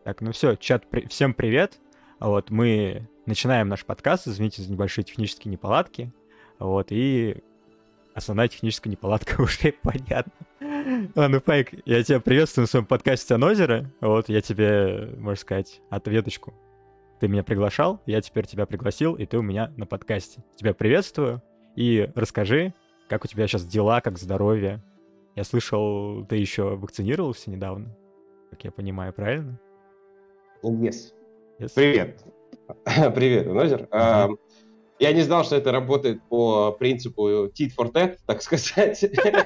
Так, ну все, чат, всем привет. Вот, мы начинаем наш подкаст, извините за небольшие технические неполадки. Вот, и основная техническая неполадка уже понятна. Ладно, Пайк, я тебя приветствую на своем подкасте «Анозера». Вот, я тебе, можно сказать, ответочку. Ты меня приглашал, я теперь тебя пригласил, и ты у меня на подкасте. Тебя приветствую, и расскажи, как у тебя сейчас дела, как здоровье. Я слышал, ты еще вакцинировался недавно, как я понимаю, правильно? Yes. Yes? Привет. Привет, Нозер. Ага. Я не знал, что это работает по принципу tit for tat, так сказать.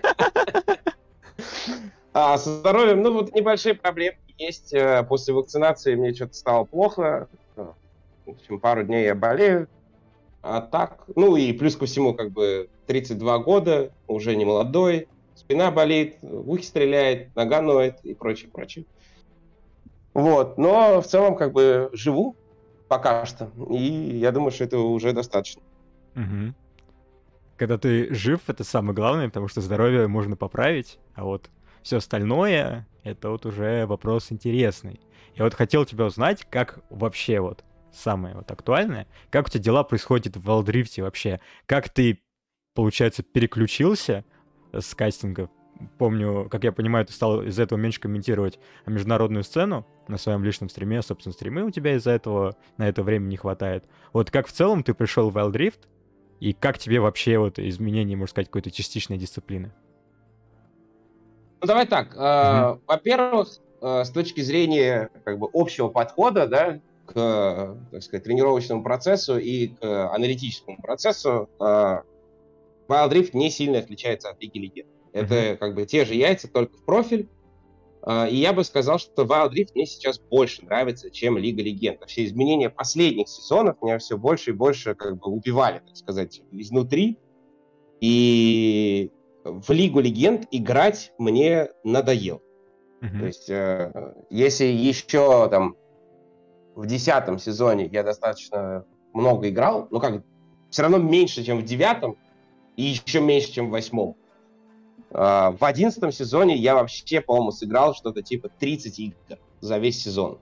А со здоровьем, ну вот небольшие проблемы есть. После вакцинации мне что-то стало плохо. В общем, пару дней я болею. А так, ну и плюс ко всему, как бы 32 года, уже не молодой, спина болит, в ухе стреляет, нога ноет и прочее, прочее. Вот, но в целом как бы живу пока что, и я думаю, что этого уже достаточно. Мгм. Когда ты жив, это самое главное, потому что здоровье можно поправить, а вот все остальное — это вот уже вопрос интересный. Я вот хотел тебя узнать, как вообще вот самое вот актуальное, как у тебя дела происходят в Валдрифте вообще, как ты, получается, переключился с кастингов. Помню, как я понимаю, ты стал из-за этого меньше комментировать международную сцену на своем личном стриме. Собственно, стримы у тебя из-за этого на это время не хватает. Вот как в целом ты пришел в Wild Rift, и как тебе вообще вот изменение, можно сказать, какой-то частичной дисциплины? Ну, давай так. Мгм. Во-первых, с точки зрения как бы общего подхода, да, к, так сказать, тренировочному процессу и к аналитическому процессу, Wild Rift не сильно отличается от Лиги Легенд. Мгм. Это как бы те же яйца, только в профиль. И я бы сказал, что Wild Rift мне сейчас больше нравится, чем Лига Легенд. Вообще изменения последних сезонов меня все больше и больше как бы убивали, так сказать, изнутри. И в Лигу Легенд играть мне надоело. То Мгм. есть, если еще там в 10-м сезоне я достаточно много играл, ну как, все равно меньше, чем в 9-м, и еще меньше, чем в 8-м. В 11-м сезоне я вообще, по-моему, сыграл что-то типа 30 игр за весь сезон.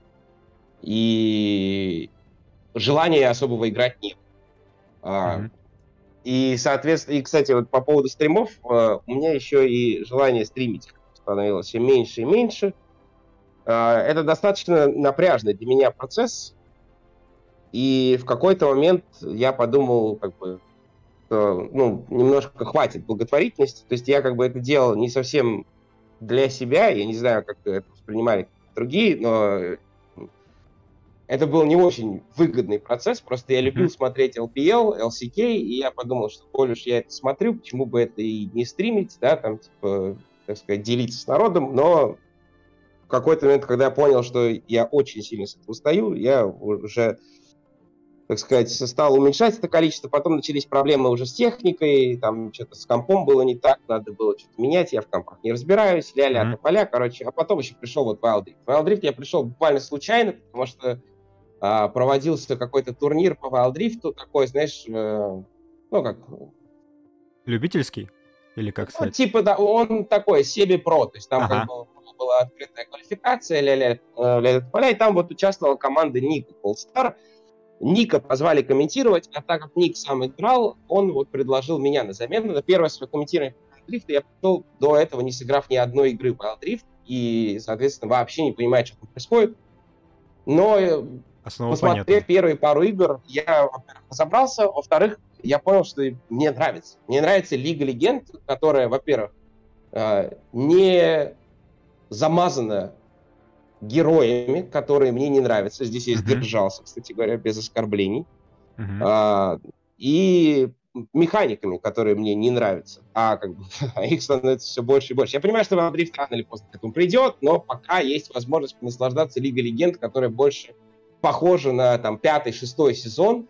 И желания особого играть нет. А, Мгм. И, соответственно, и, кстати, вот по поводу стримов, у меня еще и желание стримить становилось все меньше и меньше. Это достаточно напряжный для меня процесс, и в какой-то момент я подумал, как бы, что, ну, немножко хватит благотворительности. То есть я как бы это делал не совсем для себя, я не знаю, как это воспринимали другие, но это был не очень выгодный процесс, просто я любил Мгм. смотреть LPL, LCK, и я подумал, что коль уж я это смотрю, почему бы это и не стримить, да, там, типа, так сказать, делиться с народом, но в какой-то момент, когда я понял, что я очень сильно с этого устаю, я уже, так сказать, стал уменьшать это количество, потом начались проблемы уже с техникой, там что-то с компом было не так, надо было что-то менять, я в компах не разбираюсь, ля-ля, Мгм. тополя, короче, а потом еще пришел вот Wild Rift. В Wild Rift я пришел буквально случайно, потому что проводился какой-то турнир по Wild Rift, такой, знаешь, ну, как, Любительский? Или как ну, сказать? типа, да, он такой, semi-про, то есть там как Ага. бы была открытая квалификация, ля-ля, и там вот участвовала команда Ника Полстар. Ника позвали комментировать, а так как Ник сам играл, он вот предложил меня на замену. На первое свое комментирование Wild Rift я пришел до этого, не сыграв ни одной игры в Wild Rift, и, соответственно, вообще не понимаю, что там происходит. Но Основа понятна. посмотрев первые пару игр, я, во-первых, разобрался, во-вторых, я понял, что мне нравится. Мне нравится Лига Легенд, которая, во-первых, не замазана героями, которые мне не нравятся. Здесь я Мгм. сдержался, кстати говоря, без оскорблений. Мгм. А, и механиками, которые мне не нравятся. А как бы их становится все больше и больше. Я понимаю, что Wild Rift рано или поздно к этому придет, но пока есть возможность наслаждаться Лигой Легенд, которая больше похожа на там 5-6 сезон,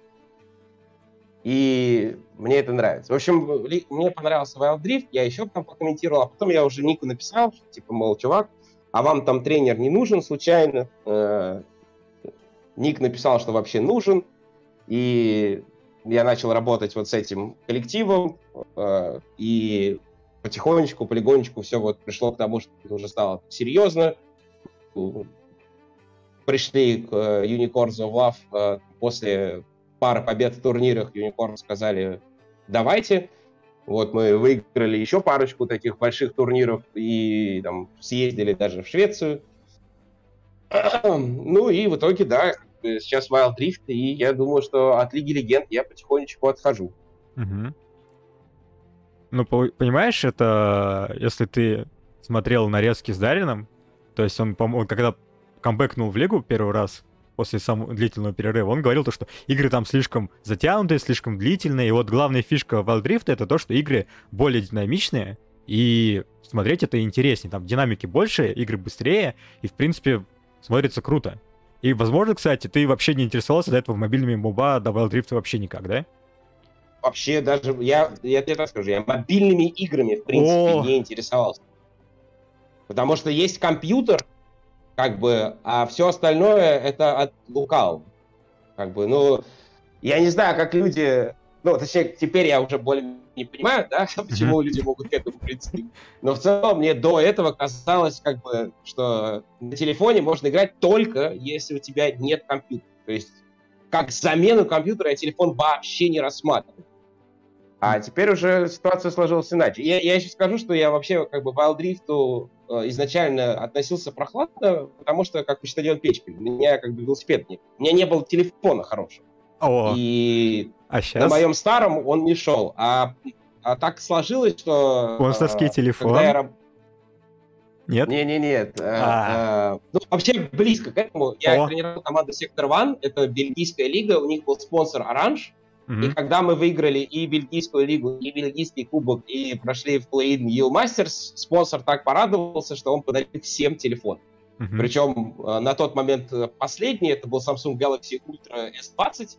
и мне это нравится. В общем, мне понравился Wild Rift, я еще там покомментировал, а потом я уже Нику написал, типа, мол, чувак, а вам там тренер не нужен случайно? Ник написал, что вообще нужен, и я начал работать вот с этим коллективом, и потихонечку, полигонечку все вот пришло к тому, что это уже стало серьезно. В пришли к Unicorns of Love после пары побед в турнирах. Unicorns сказали, давайте. Вот мы выиграли еще парочку таких больших турниров и там съездили даже в Швецию. Ну и в итоге, да, сейчас Wild Rift, и я думаю, что от Лиги Легенд я потихонечку отхожу. Угу. Ну, понимаешь, это если ты смотрел нарезки с Дарином, то есть он, когда камбэкнул в Лигу первый раз после самого длительного перерыва, он говорил то, что игры там слишком затянутые, слишком длительные, и вот главная фишка Wild Rift — это то, что игры более динамичные, и смотреть это интереснее, там динамики больше, игры быстрее, и, в принципе, смотрится круто. И, возможно, кстати, ты вообще не интересовался до этого мобильными моба до Wild Rift вообще никак, да? Вообще даже, я тебе так скажу, я мобильными играми, в принципе, не интересовался. Потому что есть компьютер, как бы, а все остальное это от лукавого. Как бы, ну, я не знаю, как люди, ну, точнее, теперь я уже более не понимаю, да, почему люди могут к этому прийти. Но в целом мне до этого казалось, как бы, что на телефоне можно играть только если у тебя нет компьютера. То есть, как замену компьютера я телефон вообще не рассматриваю. А теперь уже ситуация сложилась иначе. Я еще скажу, что я вообще как бы к Wild Rift изначально относился прохладно, потому что как почтальон печкой. У меня как бы велосипед нет. У меня не было телефона хорошего. И на моем старом он не шел. А так сложилось, что... Спонсорский телефон? Нет? Нет. Ну, вообще близко к этому. Я тренировал команду Sector One, это бельгийская лига, у них был спонсор Orange. И когда мы выиграли и бельгийскую лигу, и бельгийский кубок, и прошли в плей-ин Yale Masters, спонсор так порадовался, что он подарил всем телефон. Причем на тот момент последний, это был Samsung Galaxy Ultra S20.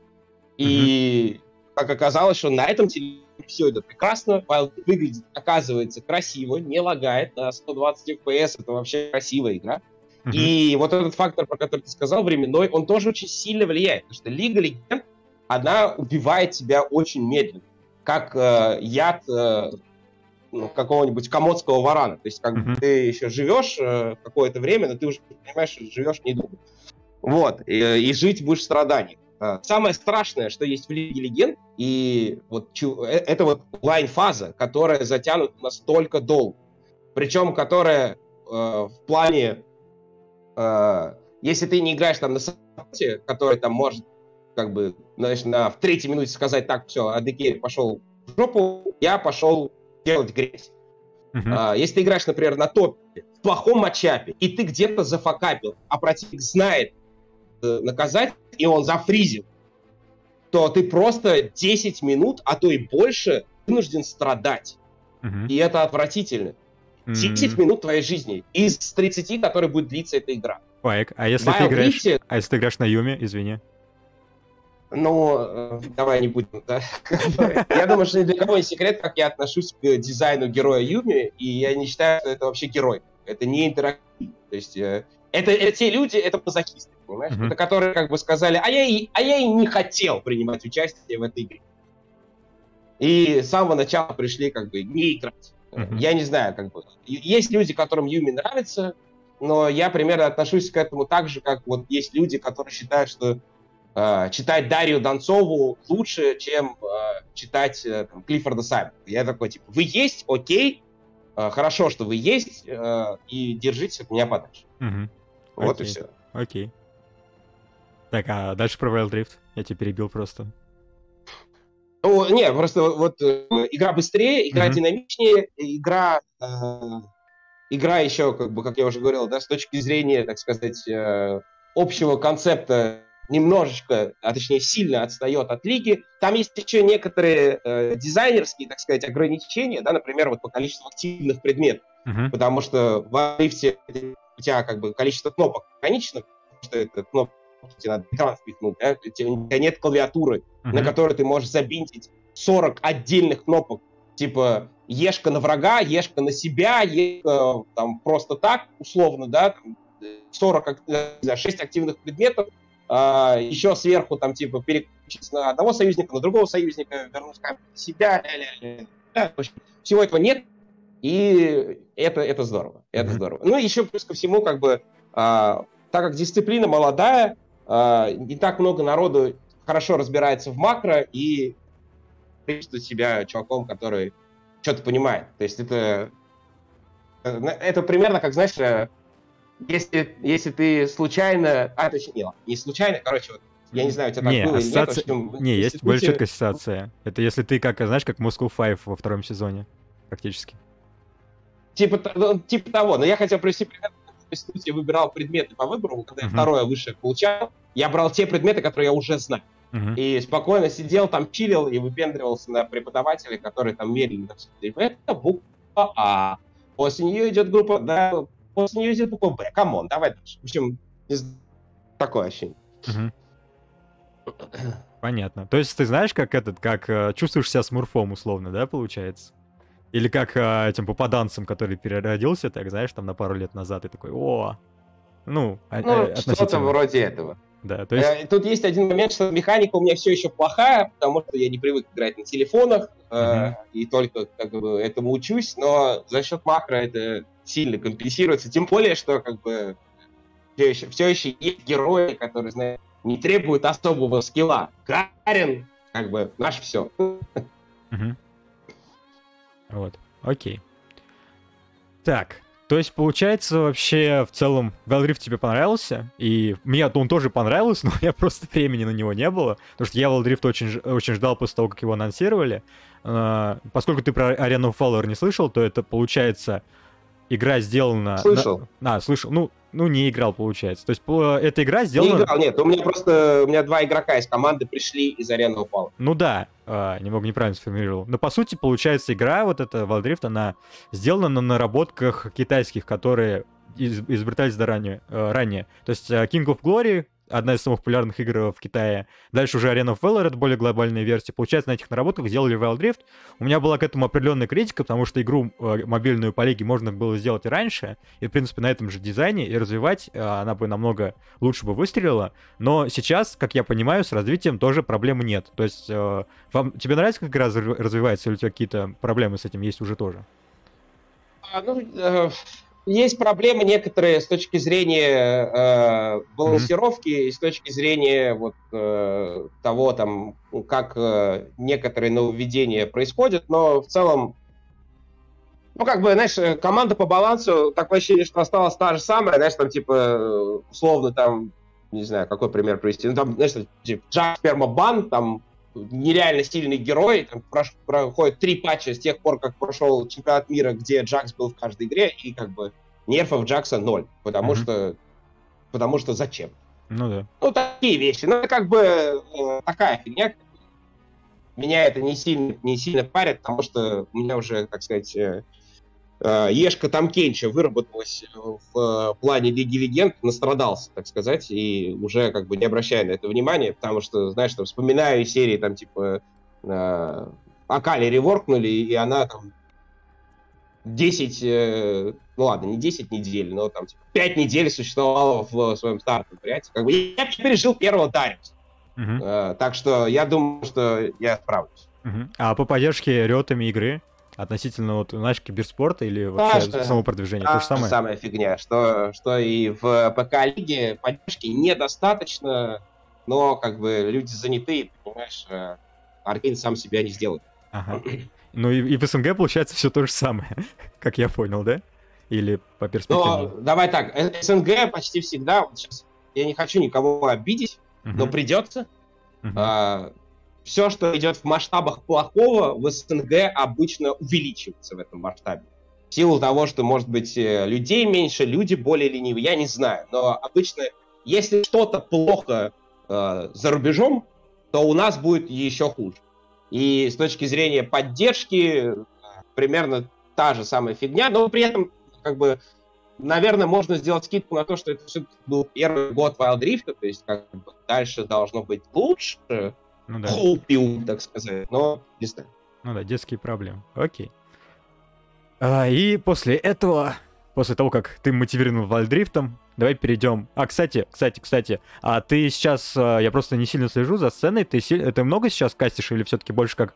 И как оказалось, что на этом телефоне все это прекрасно, файл выглядит, оказывается, красиво, не лагает, на 120 FPS, это вообще красивая игра. И вот этот фактор, про который ты сказал, временной, он тоже очень сильно влияет, потому что Лига Легенд, она убивает тебя очень медленно, как яд какого-нибудь комодского варана. То есть как бы ты еще живешь какое-то время, но ты уже понимаешь, что живешь недолго. Вот, и жить будешь в страданиях. Самое страшное, что есть в Лиге Легенд, и вот это вот лайн-фаза, которая затянута настолько долго. Причем, которая в плане, если ты не играешь там на саппорте, который там может как бы, знаешь, в третьей минуте сказать, так, все, AD пошел в жопу, я пошел делать грязь. Если ты играешь, например, на топе, в плохом матчапе, и ты где-то зафакапил, а противник знает наказать, и он зафризил, то ты просто 10 минут, а то и больше, вынужден страдать. И это отвратительно. 10 минут твоей жизни из 30, которые будет длиться эта игра. Пайк, а если ты играешь на Юме, извини? Ну, давай не будем, да? Я думаю, что ни для кого не секрет, как я отношусь к дизайну героя Юми, и я не считаю, что это вообще герой. Это не интерактив. То есть, это те люди, это мазохисты, понимаешь? Это которые как бы сказали, а я и не хотел принимать участие в этой игре. И с самого начала пришли как бы не играть. Я не знаю, как бы... Есть люди, которым Юми нравится, но я примерно отношусь к этому так же, как вот есть люди, которые считают, что читать Дарью Донцову лучше, чем читать Клиффорда Саймона. Я такой, типа, вы есть, окей, хорошо, что вы есть, и держитесь от меня подальше. Вот и все. Окей. Так, а дальше про Wild Rift? Я тебя перебил просто. Ну, не, просто вот игра быстрее, игра динамичнее, игра еще, как бы, как я уже говорил, да, с точки зрения, так сказать, общего концепта немножечко, а точнее сильно отстает от лиги. Там есть еще некоторые дизайнерские, так сказать, ограничения, да, например, вот по количеству активных предметов. Потому что в Rift у тебя как бы количество кнопок ограничено, потому что это кнопки тебе надо экран впихнуть, да? У тебя нет клавиатуры, на которой ты можешь забинтить 40 отдельных кнопок, типа ешка на врага, ешка на себя, ешка там просто так, условно, да, 6 активных предметов, еще сверху там типа переключиться на одного союзника, на другого союзника, вернуть камень на себя, в общем, всего этого нет, и это здорово, это здорово. Ну и еще плюс ко всему, как бы, так как дисциплина молодая, не так много народу хорошо разбирается в макро и чувствует себя чуваком, который что-то понимает. То есть это примерно как, знаешь, если ты случайно... точнее, не случайно, короче, вот, я не знаю, у тебя так было или нет. В общем, не, есть более четкая ассоциация. Это если ты, как, знаешь, как Moscow Five во втором сезоне, практически. Типа того. Но я хотел привести пример. В институте я выбирал предметы по выбору. Когда я второе высшее получал, я брал те предметы, которые я уже знаю. И спокойно сидел там, чилил и выпендривался на преподавателей, которые там мерили. Это буква А. После нее идет группа, да, после нее идет буква Б. Камон, давай дальше. В общем, такое ощущение. Понятно. То есть ты знаешь, как чувствуешь себя смурфом, условно, да, получается? Или как этим попаданцем, который переродился, так, знаешь, там на пару лет назад, и такой, относительно. Что-то вроде этого. Да, то есть... Тут есть один момент, что механика у меня все еще плохая, потому что я не привык играть на телефонах, и только как бы этому учусь, но за счет макро это сильно компенсируется, тем более, что как бы все еще есть герои, которые, знаешь, не требуют особого скилла. Гарен, как бы, наш все. Вот, окей. Так, то есть, получается, вообще, в целом, Wild Rift тебе понравился, и мне он тоже понравился, но у меня просто времени на него не было, потому что я Wild Rift очень ждал после того, как его анонсировали. Поскольку ты про Arena of Valor не слышал, то это, получается, игра сделана... Слышал. Слышал. Ну, не играл, получается. То есть, эта игра сделана... Не играл, нет. У меня 2 игрока из команды пришли из Arena of Valor. Ну да, немного неправильно сформулировал. Но, по сути, получается, игра, вот эта Wild Rift, она сделана на наработках китайских, которые изобретались ранее. То есть, King of Glory, одна из самых популярных игр в Китае. Дальше уже Arena of Valor, это более глобальная версия. Получается, на этих наработках сделали Wild Rift. У меня была к этому определенная критика, потому что игру мобильную по лиге можно было сделать и раньше, и, в принципе, на этом же дизайне, и развивать она бы намного лучше бы выстрелила. Но сейчас, как я понимаю, с развитием тоже проблем нет. То есть, тебе нравится, как игра развивается, или у тебя какие-то проблемы с этим есть уже тоже? Есть проблемы некоторые с точки зрения балансировки, и с точки зрения того, там, как некоторые нововведения происходят, но в целом, знаешь, команда по балансу, такое ощущение, что осталась та же самая, знаешь, там, типа, условно, там, не знаю, какой пример привести, там, знаешь, типа, Джакс Пермабан, там, нереально сильный герой, там проходит 3 патча с тех пор, как прошел чемпионат мира, где Джакс был в каждой игре, и как бы нерфов Джакса 0, потому что зачем? Ну да. Такие вещи. Это как бы такая фигня. Меня это не сильно парит, потому что у меня уже, так сказать, Ешка Тамкенча выработалась в плане Лиги Легенд, настрадался, так сказать, и уже как бы не обращаю на это внимания, потому что, знаешь, там вспоминаю серии, там, типа, Акали реворкнули, и она там 10, ну ладно, не 10 недель, но там, типа, 5 недель существовала в своем стартовом варианте. Как бы я пережил первого Дариуса. Так что я думаю, что я справлюсь. А по поддержке ретами игры? Относительно, знаешь, киберспорта или вообще самого продвижения? То же самое? Самая фигня, что и в ПК-лиге поддержки недостаточно, но как бы люди заняты, понимаешь, Аркейн сам себя не сделает. Ага. Ну и в СНГ получается все то же самое, как я понял, да? Или по перспективе? Давай так, СНГ почти всегда, вот сейчас я не хочу никого обидеть, но придется. Все, что идет в масштабах плохого, в СНГ обычно увеличивается в этом масштабе. В силу того, что, может быть, людей меньше, люди более ленивые, я не знаю. Но обычно, если что-то плохо за рубежом, то у нас будет еще хуже. И с точки зрения поддержки примерно та же самая фигня, но при этом, как бы, наверное, можно сделать скидку на то, что это все-таки был первый год Wild Rift, то есть как бы дальше должно быть лучше. Ну да. Хоупил, так сказать, но не знаю. Ну да, детские проблемы. Окей. И после этого, после того, как ты мотивирован вальдрифтом, давай перейдем. Кстати, а ты сейчас, я просто не сильно слежу за сценой, ты много сейчас кастишь или все-таки больше как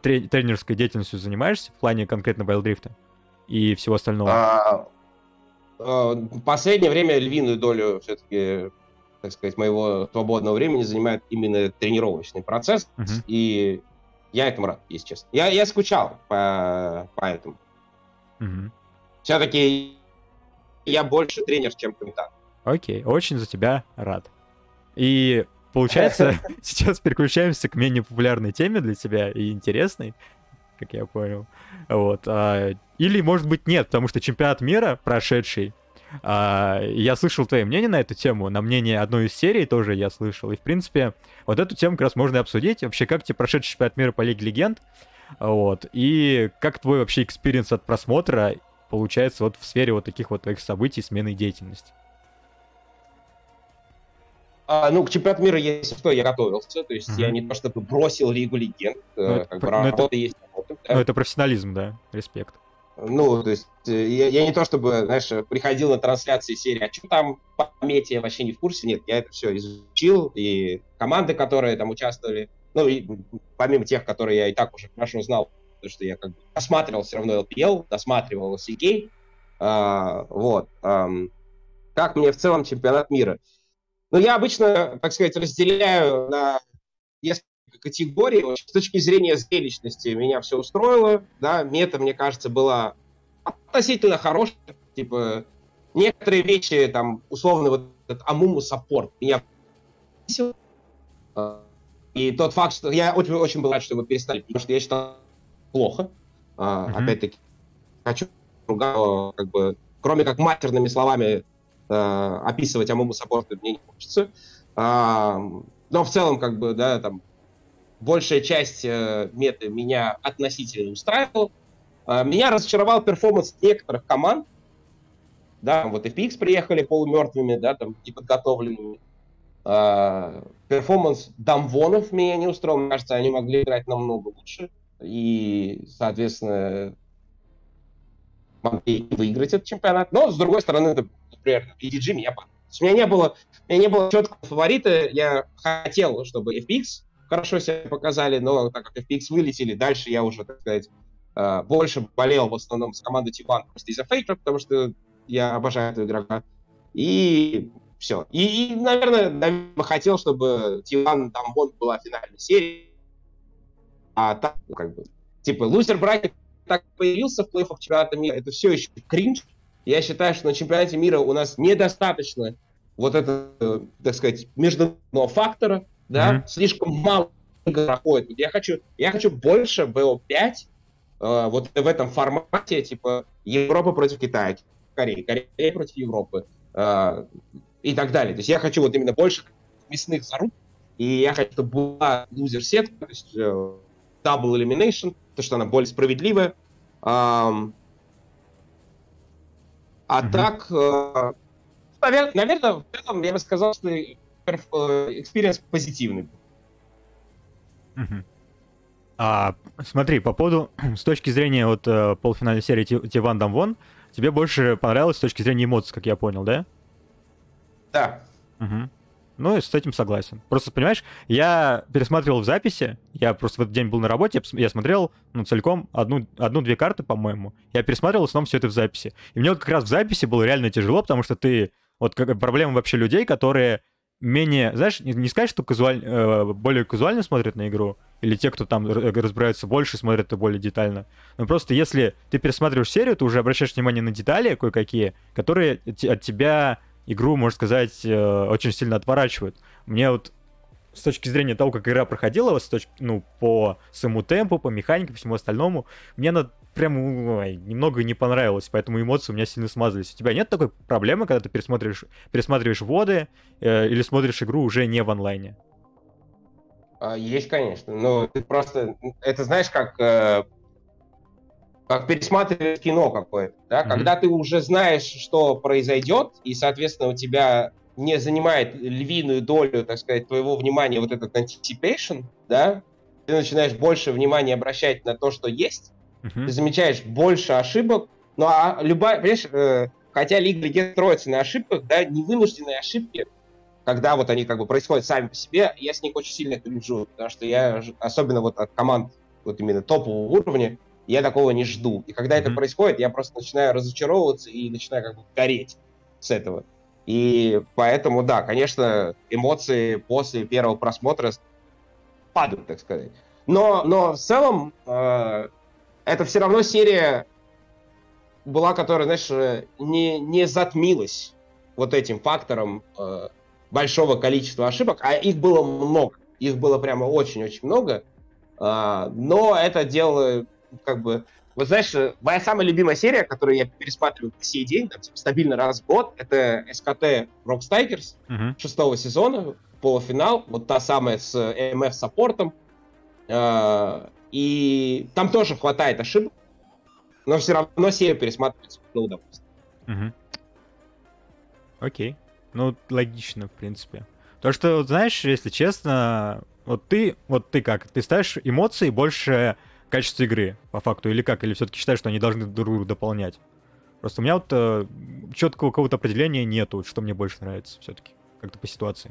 тренерской деятельностью занимаешься в плане конкретно вальдрифта и всего остального? Последнее время львиную долю все-таки, так сказать, моего свободного времени занимает именно тренировочный процесс, Мгм. и я этому рад, если честно. Я скучал по этому. Мгм. Все-таки я больше тренер, чем комментатор. Окей, очень за тебя рад. И получается, сейчас переключаемся к менее популярной теме для тебя и интересной, как я понял. Вот. Или, может быть, нет, потому что чемпионат мира прошедший, я слышал твое мнение на эту тему, на мнение одной из серий тоже я слышал. И, в принципе, вот эту тему как раз можно и обсудить. Вообще, как тебе прошедший чемпионат мира по Лиге Легенд? Вот. И как твой вообще экспириенс от просмотра получается вот в сфере вот таких вот твоих событий, смены деятельности? Ну, к чемпионату мира, если что, я готовился. То есть я Мгм. не то чтобы бросил Лигу Легенд. Ну, это, Как бы ну, это, работа есть работа. ну, Да? это профессионализм, да, респект. Ну, то есть я не то чтобы, знаешь, приходил на трансляции серии, а что там по мете, я вообще не в курсе. Нет, я это все изучил. И команды, которые там участвовали, ну, и помимо тех, которые я и так уже хорошо знал, потому что я как бы досматривал все равно LPL, досматривал CK. Вот. Как мне в целом чемпионат мира? Ну, я обычно, так сказать, разделяю на несколько категорий. С точки зрения зрелищности меня все устроило. Да, мета, мне кажется, была относительно хорошая. Типа, некоторые вещи, там, условно, вот этот Амуму саппорт меня бесил. И тот факт, что я очень, очень был рад, что его перестали, потому что я считал плохо. Мгм. Опять-таки, хочу как бы, кроме как матерными словами описывать Амуму саппорт мне не хочется. Но в целом, как бы, да, там, большая часть меты меня относительно устраивала. Меня разочаровал перформанс некоторых команд. Да, вот FPX приехали полумертвыми, да, там, неподготовленными. Перформанс Дамвонов меня не устроил. Мне кажется, они могли играть намного лучше. И, соответственно, могли выиграть этот чемпионат. Но, с другой стороны, это, например, EDG меня понравилось. У меня не было четкого фаворита. Я хотел, чтобы FPX хорошо себя показали, но так как FPX вылетели, дальше я уже, так сказать, больше болел в основном с командой T1 просто из-за Фейкера, потому что я обожаю этого игрока. И все. Наверное, хотел, чтобы T1 там была финальной серией, а так, ну, как бы, типа, лузер бракет так появился в плей-оффах чемпионата мира, это все еще кринж. Я считаю, что на чемпионате мира у нас недостаточно вот этого, так сказать, международного фактора, Мгм. да, слишком мало игр проходит. Я хочу больше BO5 вот в этом формате, типа, Европа против Китая, Корея против Европы и так далее. То есть я хочу вот именно больше мясных заруб, и я хочу, чтобы была лузер-сетка, то есть double elimination, то, что она более справедливая. Мгм. Так, наверное, в целом я бы сказал, что экспириенс позитивный. Мгм. Смотри, по поводу, с точки зрения вот полуфинальной серии Тиван Дамвон, тебе больше понравилось с точки зрения эмоций, как я понял, да? Да. Мгм. Ну, и с этим согласен. Просто, понимаешь, я пересматривал в записи, я просто в этот день был на работе, я смотрел, ну, целиком одну-две карты, по-моему. Я пересматривал в основном все это в записи. И мне вот как раз в записи было реально тяжело, потому что ты... Вот как проблема вообще людей, которые менее... Знаешь, не сказать, что более казуально смотрят на игру, или те, кто там разбираются больше, смотрят это более детально. Но просто если ты пересматриваешь серию, ты уже обращаешь внимание на детали кое-какие, которые от тебя игру, можно сказать, очень сильно отворачивают. Мне вот с точки зрения того, как игра проходила, ну, по своему темпу, по механике, по всему остальному, мне она прям немного не понравилась, поэтому эмоции у меня сильно смазались. У тебя нет такой проблемы, когда ты пересматриваешь воды или смотришь игру уже не в онлайне? Есть, конечно. Но ты просто... Это знаешь, как пересматривать кино какое-то, да, Мгм. когда ты уже знаешь, что произойдет, и, соответственно, у тебя не занимает львиную долю, так сказать, твоего внимания вот этот anticipation, да, ты начинаешь больше внимания обращать на то, что есть, ты Мгм. замечаешь больше ошибок, ну, а любая, понимаешь, хотя Лига Легенд строится на ошибках, да, невынужденные ошибки, когда вот они как бы происходят сами по себе, я с них очень сильно кринжу, потому что я, особенно вот от команд вот именно топового уровня, я такого не жду. И когда это происходит, я просто начинаю разочаровываться и начинаю как бы гореть с этого. И поэтому, да, конечно, эмоции после первого просмотра падают, так сказать. Но в целом это все равно серия была, которая, знаешь, не затмилась вот этим фактором большого количества ошибок, а их было много. Их было прямо очень-очень много. Но это дело, как бы... Вот знаешь, моя самая любимая серия, которую я пересматриваю по сей день, там, типа, стабильно раз в год, это СКТ Rockstrikers 6-го сезона, полуфинал, вот та самая с МФ-саппортом. И там тоже хватает ошибок, но все равно серия пересматривается на удовольствие. Окей. Ну, логично, в принципе. То, что, вот, знаешь, если честно, вот ты как? Ты ставишь эмоции больше качества игры, по факту, или как? Или все-таки считаешь, что они должны друг друга дополнять? Просто у меня вот четкого какого-то определения нету, что мне больше нравится все-таки, как-то по ситуации.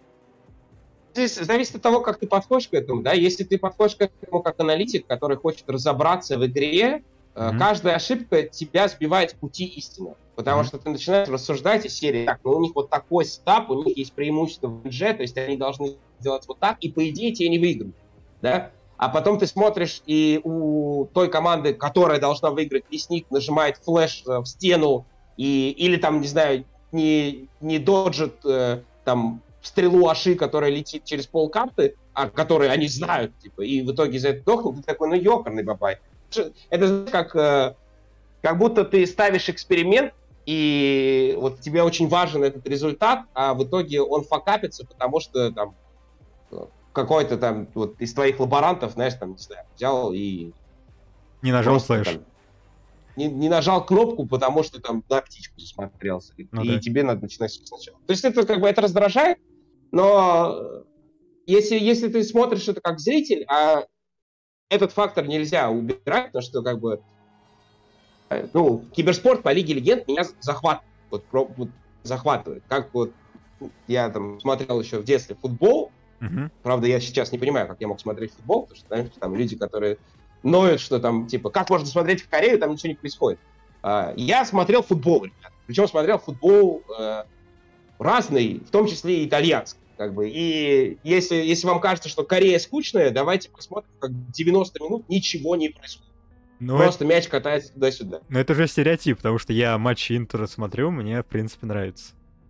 Здесь зависит от того, как ты подходишь к этому, да, если ты подходишь к этому как аналитик, который хочет разобраться в игре, каждая ошибка тебя сбивает с пути истины, потому что ты начинаешь рассуждать из серии, так, ну у них вот такой сетап, у них есть преимущество в NG, то есть они должны сделать вот так, и по идее тебе не выиграют, да, а потом ты смотришь, и у той команды, которая должна выиграть, лесник нажимает флеш в стену, или там, не знаю, не доджит там стрелу Аши, которая летит через полкарты, а которые они знают, типа, и в итоге за это дохнут, ты такой, ну ёкарный бабай. Это как будто ты ставишь эксперимент, и вот тебе очень важен этот результат, а в итоге он факапится, потому что там какой-то там вот из твоих лаборантов, знаешь, там, не знаю, взял и... Не нажал флеш. Не нажал кнопку, потому что там на птичку засмотрелся. Ну, и тебе надо начинать сначала. То есть это как бы это раздражает, но если ты смотришь это как зритель, а этот фактор нельзя убирать, потому что как бы ну, киберспорт по Лиге Легенд меня захватывает. Вот захватывает. Как вот я там смотрел еще в детстве футбол. Правда, я сейчас не понимаю, как я мог смотреть футбол, потому что, знаешь, там люди, которые ноют, что там, типа, как можно смотреть в Корее, там ничего не происходит. Я смотрел футбол, ребят. Причем смотрел футбол разный, в том числе и итальянский. Как бы. И если вам кажется, что Корея скучная, давайте посмотрим, как 90 минут ничего не происходит. Просто мяч катается туда-сюда. Ну это же стереотип, потому что я матчи Интера смотрю, мне, в принципе, нравится.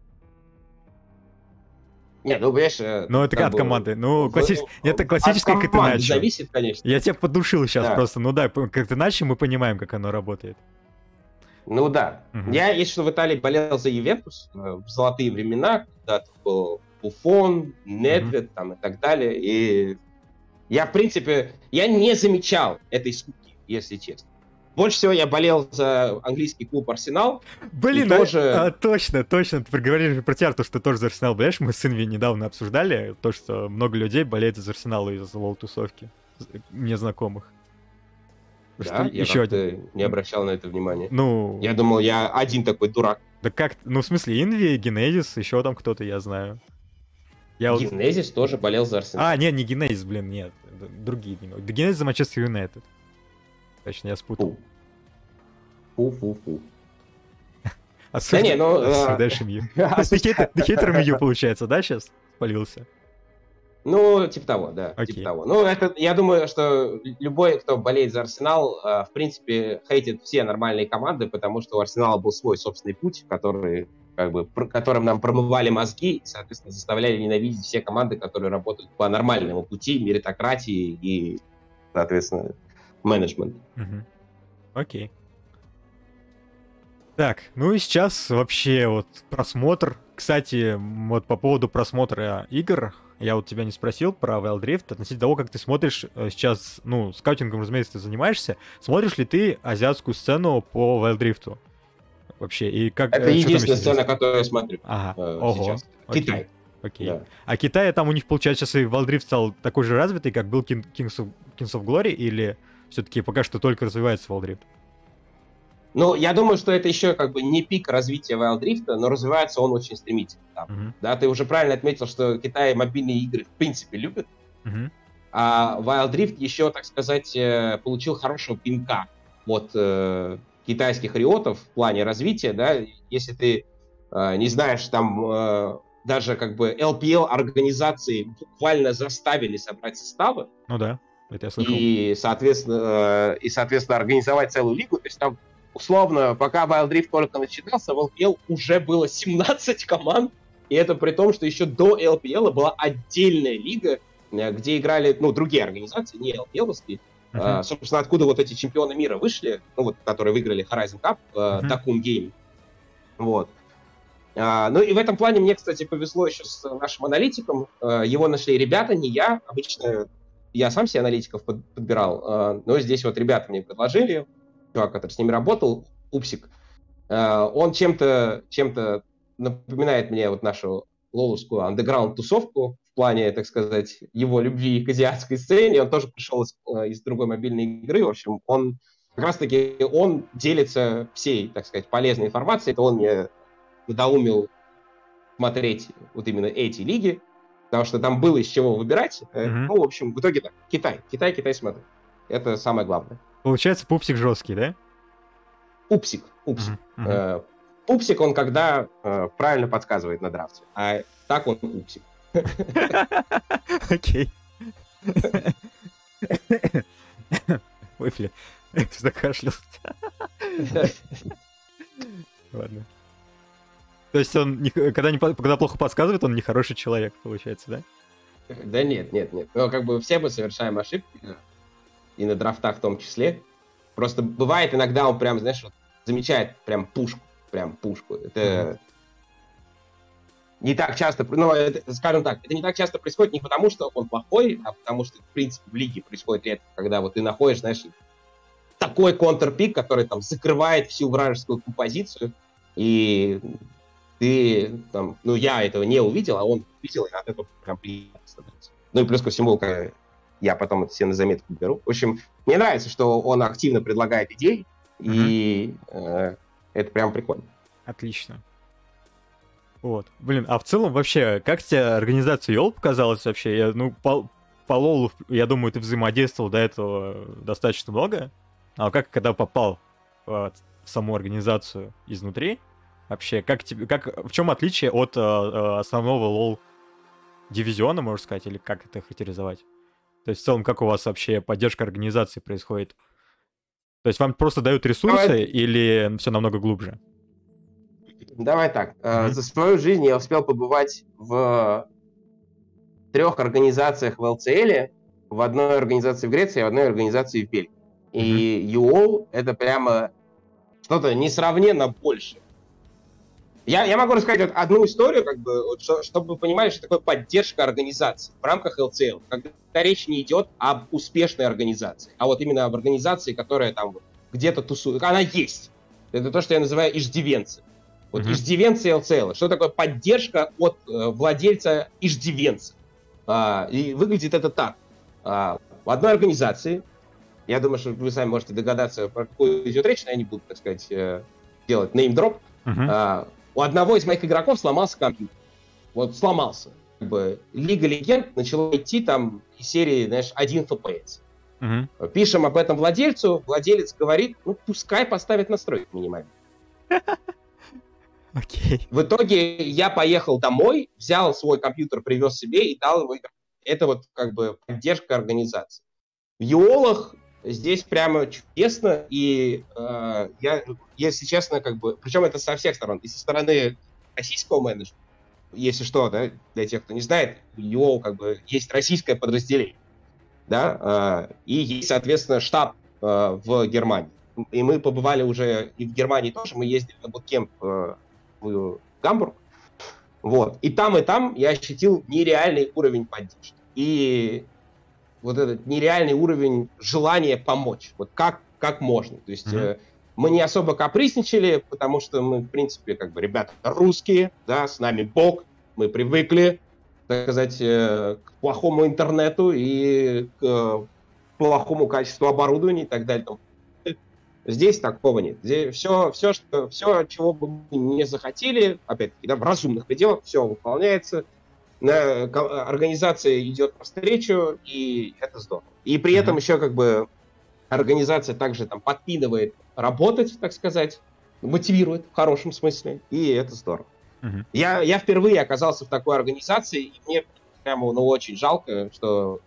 Не, ну, понимаешь... Ну, это как от команды. Ну, это классически, как ты начал. Зависит, конечно. Я тебя подушил сейчас просто. Ну да, как ты начал, мы понимаем, как оно работает. Ну да. Я, если что, в Италии болел за Ювентус в золотые времена, когда был Буфон, Недвед там и так далее. И я, в принципе, я не замечал этой скуки, если честно. Больше всего я болел за английский клуб Арсенал. Блин, точно, ты проговорили про тебя, то, что ты тоже за Арсенал болеешь. Мы с Инви недавно обсуждали то, что много людей болеет за Арсенала из-за волтусовки. Мне знакомых. Да, я еще не обращал на это внимания. Ну... Я думал, я один такой дурак. Да как? Ну, в смысле, Инви, Генезис, еще там кто-то, я знаю. Генезис тоже болел за Арсенал. А, нет, не Генезис, блин, нет. Другие немного. Да Генезис за Манчестер Юнайтед. Точно, я спутал. Фу. Да не, ну... Дальше Мью. Дехейтер Мью, получается, да, сейчас? Спалился. Ну, типа того, да. Типа того. Ну, это, я думаю, что любой, кто болеет за Арсенал, в принципе, хейтит все нормальные команды, потому что у Арсенала был свой собственный путь, которым нам промывали мозги и, соответственно, заставляли ненавидеть все команды, которые работают по нормальному пути, меритократии и, соответственно, менеджмент. Окей. Так, ну и сейчас вообще вот просмотр. Кстати, вот по поводу просмотра игр, я вот тебя не спросил про Wild Rift, относительно того, как ты смотришь сейчас, ну, скаутингом, разумеется, ты занимаешься. Смотришь ли ты азиатскую сцену по Wild Rift? Вообще, и как... Это единственная сцена, которую я смотрю сейчас. Китай. Окей. Да. А Китай, там у них, получается, сейчас и Wild Rift стал такой же развитый, как был Kings of Glory, или все-таки пока что только развивается Wild Rift? Ну, я думаю, что это еще как бы не пик развития Wild Rift, но развивается он очень стремительно. Да, ты уже правильно отметил, что Китай мобильные игры в принципе любит. А Wild Rift еще, так сказать, получил хорошего пинка от китайских риотов в плане развития, да, если ты не знаешь, там даже как бы LPL-организации буквально заставили собрать составы, Ну да, это я слышал. соответственно, организовать целую лигу. То есть там, условно, пока Wild Rift только начинался, в LPL уже было 17 команд, и это при том, что еще до LPL была отдельная лига, где играли, ну, другие организации, не LPL-овские. Собственно, откуда вот эти чемпионы мира вышли, ну, вот, которые выиграли Horizon Cup, Dakun Game. Вот. Ну и в этом плане мне, кстати, повезло еще с нашим аналитиком. Его нашли ребята, не я. Обычно я сам себе аналитиков подбирал, но здесь вот ребята мне предложили, чувак, который с ними работал, Пупсик. Он чем-то напоминает мне вот нашу лоловскую андеграунд-тусовку в плане, так сказать, его любви к азиатской сцене. Он тоже пришел из другой мобильной игры. В общем, он как раз-таки он делится всей, так сказать, полезной информацией. Это он мне надоумил смотреть вот именно эти лиги, потому что там было из чего выбирать. Ну, в общем, в итоге так. Китай смотрит. Это самое главное. Получается, пупсик жесткий, да? Пупсик. Пупсик, он когда правильно подсказывает на драфте, а так он пупсик. Окей. Ой, бля, закашлялся. Ладно. То есть он, когда плохо подсказывает, он нехороший человек, получается, да? Да нет. Ну, как бы все мы совершаем ошибки, и на драфтах в том числе. Просто бывает иногда он прям, знаешь, вот, замечает прям пушку. Это не так часто, ну, скажем так, это не так часто происходит не потому, что он плохой, а потому что, в принципе, в лиге происходит редко, когда вот ты находишь, знаешь, такой контрпик, который там закрывает всю вражескую композицию, и ты там, ну, я этого не увидел, а он увидел, и от этого прям приятно становится. Ну и плюс ко всему, я потом это себе на заметку беру. В общем, мне нравится, что он активно предлагает идеи, и это прям прикольно. Отлично. Вот. Блин, а в целом вообще, как тебе организация YOL показалась вообще? По лолу, я думаю, ты взаимодействовал до этого достаточно много. А когда попал в саму организацию изнутри, вообще, в чем отличие от основного лол дивизиона, можно сказать, или как это характеризовать? То есть в целом, как у вас вообще поддержка организации происходит? То есть вам просто дают ресурсы или все намного глубже? Давай так. За свою жизнь я успел побывать в 3 организациях в ЛЦЛ, в одной организации в Греции, в одной организации в Бельгии. И UOL — это прямо что-то несравненно больше. Я могу рассказать вот одну историю, как бы, вот, чтобы вы понимали, что такое поддержка организации в рамках ЛЦЛ, когда речь не идет об успешной организации, а вот именно об организации, которая там вот где-то тусует. Она есть. Это то, что я называю иждивенцы. Вот иждивенцы ЛЦЛ. Что такое поддержка от владельца иждивенца? И выглядит это так. В одной организации, я думаю, что вы сами можете догадаться, про какую идет речь, но я не буду, так сказать, делать неймдроп. У одного из моих игроков сломался компьютер. Вот сломался. Как бы Лига Легенд начала идти там из серии, знаешь, 1 FPS. Пишем об этом владельцу, владелец говорит, ну, пускай поставит настройки минимально. Окей. В итоге я поехал домой, взял свой компьютер, привез себе и дал его. Это вот как бы поддержка организации. В Юолах здесь прямо чудесно, и я, если честно, как бы, причем это со всех сторон, и со стороны российского менеджмента, если что, да, для тех, кто не знает, у Юол как бы есть российское подразделение, да, и есть, соответственно, штаб в Германии. И мы побывали уже и в Германии тоже, мы ездили на буткемп в Гамбург, вот, и там я ощутил нереальный уровень поддержки. И вот этот нереальный уровень желания помочь. Вот как можно. То есть мы не особо капризничали, потому что мы, в принципе, как бы ребята русские, да, с нами Бог, мы привыкли, так сказать, к плохому интернету и к плохому качеству оборудования и так далее. Здесь такого нет. Здесь все, чего бы мы не захотели, опять-таки, да, в разумных пределах, все выполняется. организация идет навстречу, и это здорово. И при этом еще как бы организация также там подпинывает работать, так сказать, мотивирует в хорошем смысле, и это здорово. Я впервые оказался в такой организации, и мне прямо очень жалко, что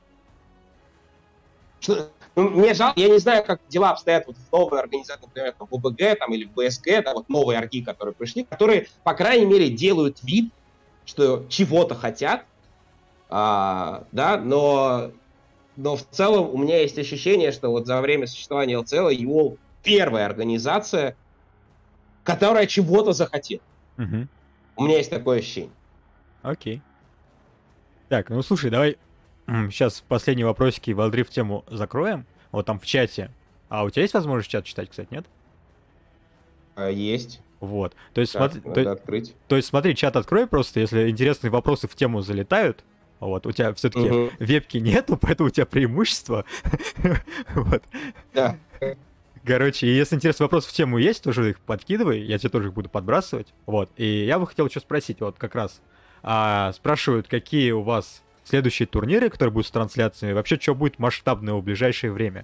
мне жалко, я не знаю, как дела обстоят вот в новой организации, например, в ОБГ там, или в БСГ, да, вот новые орги, которые пришли, которые, по крайней мере, делают вид, что чего-то хотят, да, но в целом у меня есть ощущение, что вот за время существования ЛЦЛ его первая организация, которая чего-то захотела. У меня есть такое ощущение. Окей. Так, ну слушай, давай сейчас последние вопросики в Wild Rift тему закроем. Вот там в чате. А у тебя есть возможность чат читать, кстати, нет? Есть. Вот. То есть, так, надо открыть. То есть смотри, чат открой просто, если интересные вопросы в тему залетают. Вот, у тебя все-таки вебки нету, поэтому у тебя преимущество. Вот. Да. Короче, если интересный вопрос в тему есть, тоже их подкидывай, я тебе тоже их буду подбрасывать. Вот. И я бы хотел еще спросить, вот как раз спрашивают, какие у вас следующие турниры, которые будут с трансляциями, вообще, что будет масштабное в ближайшее время?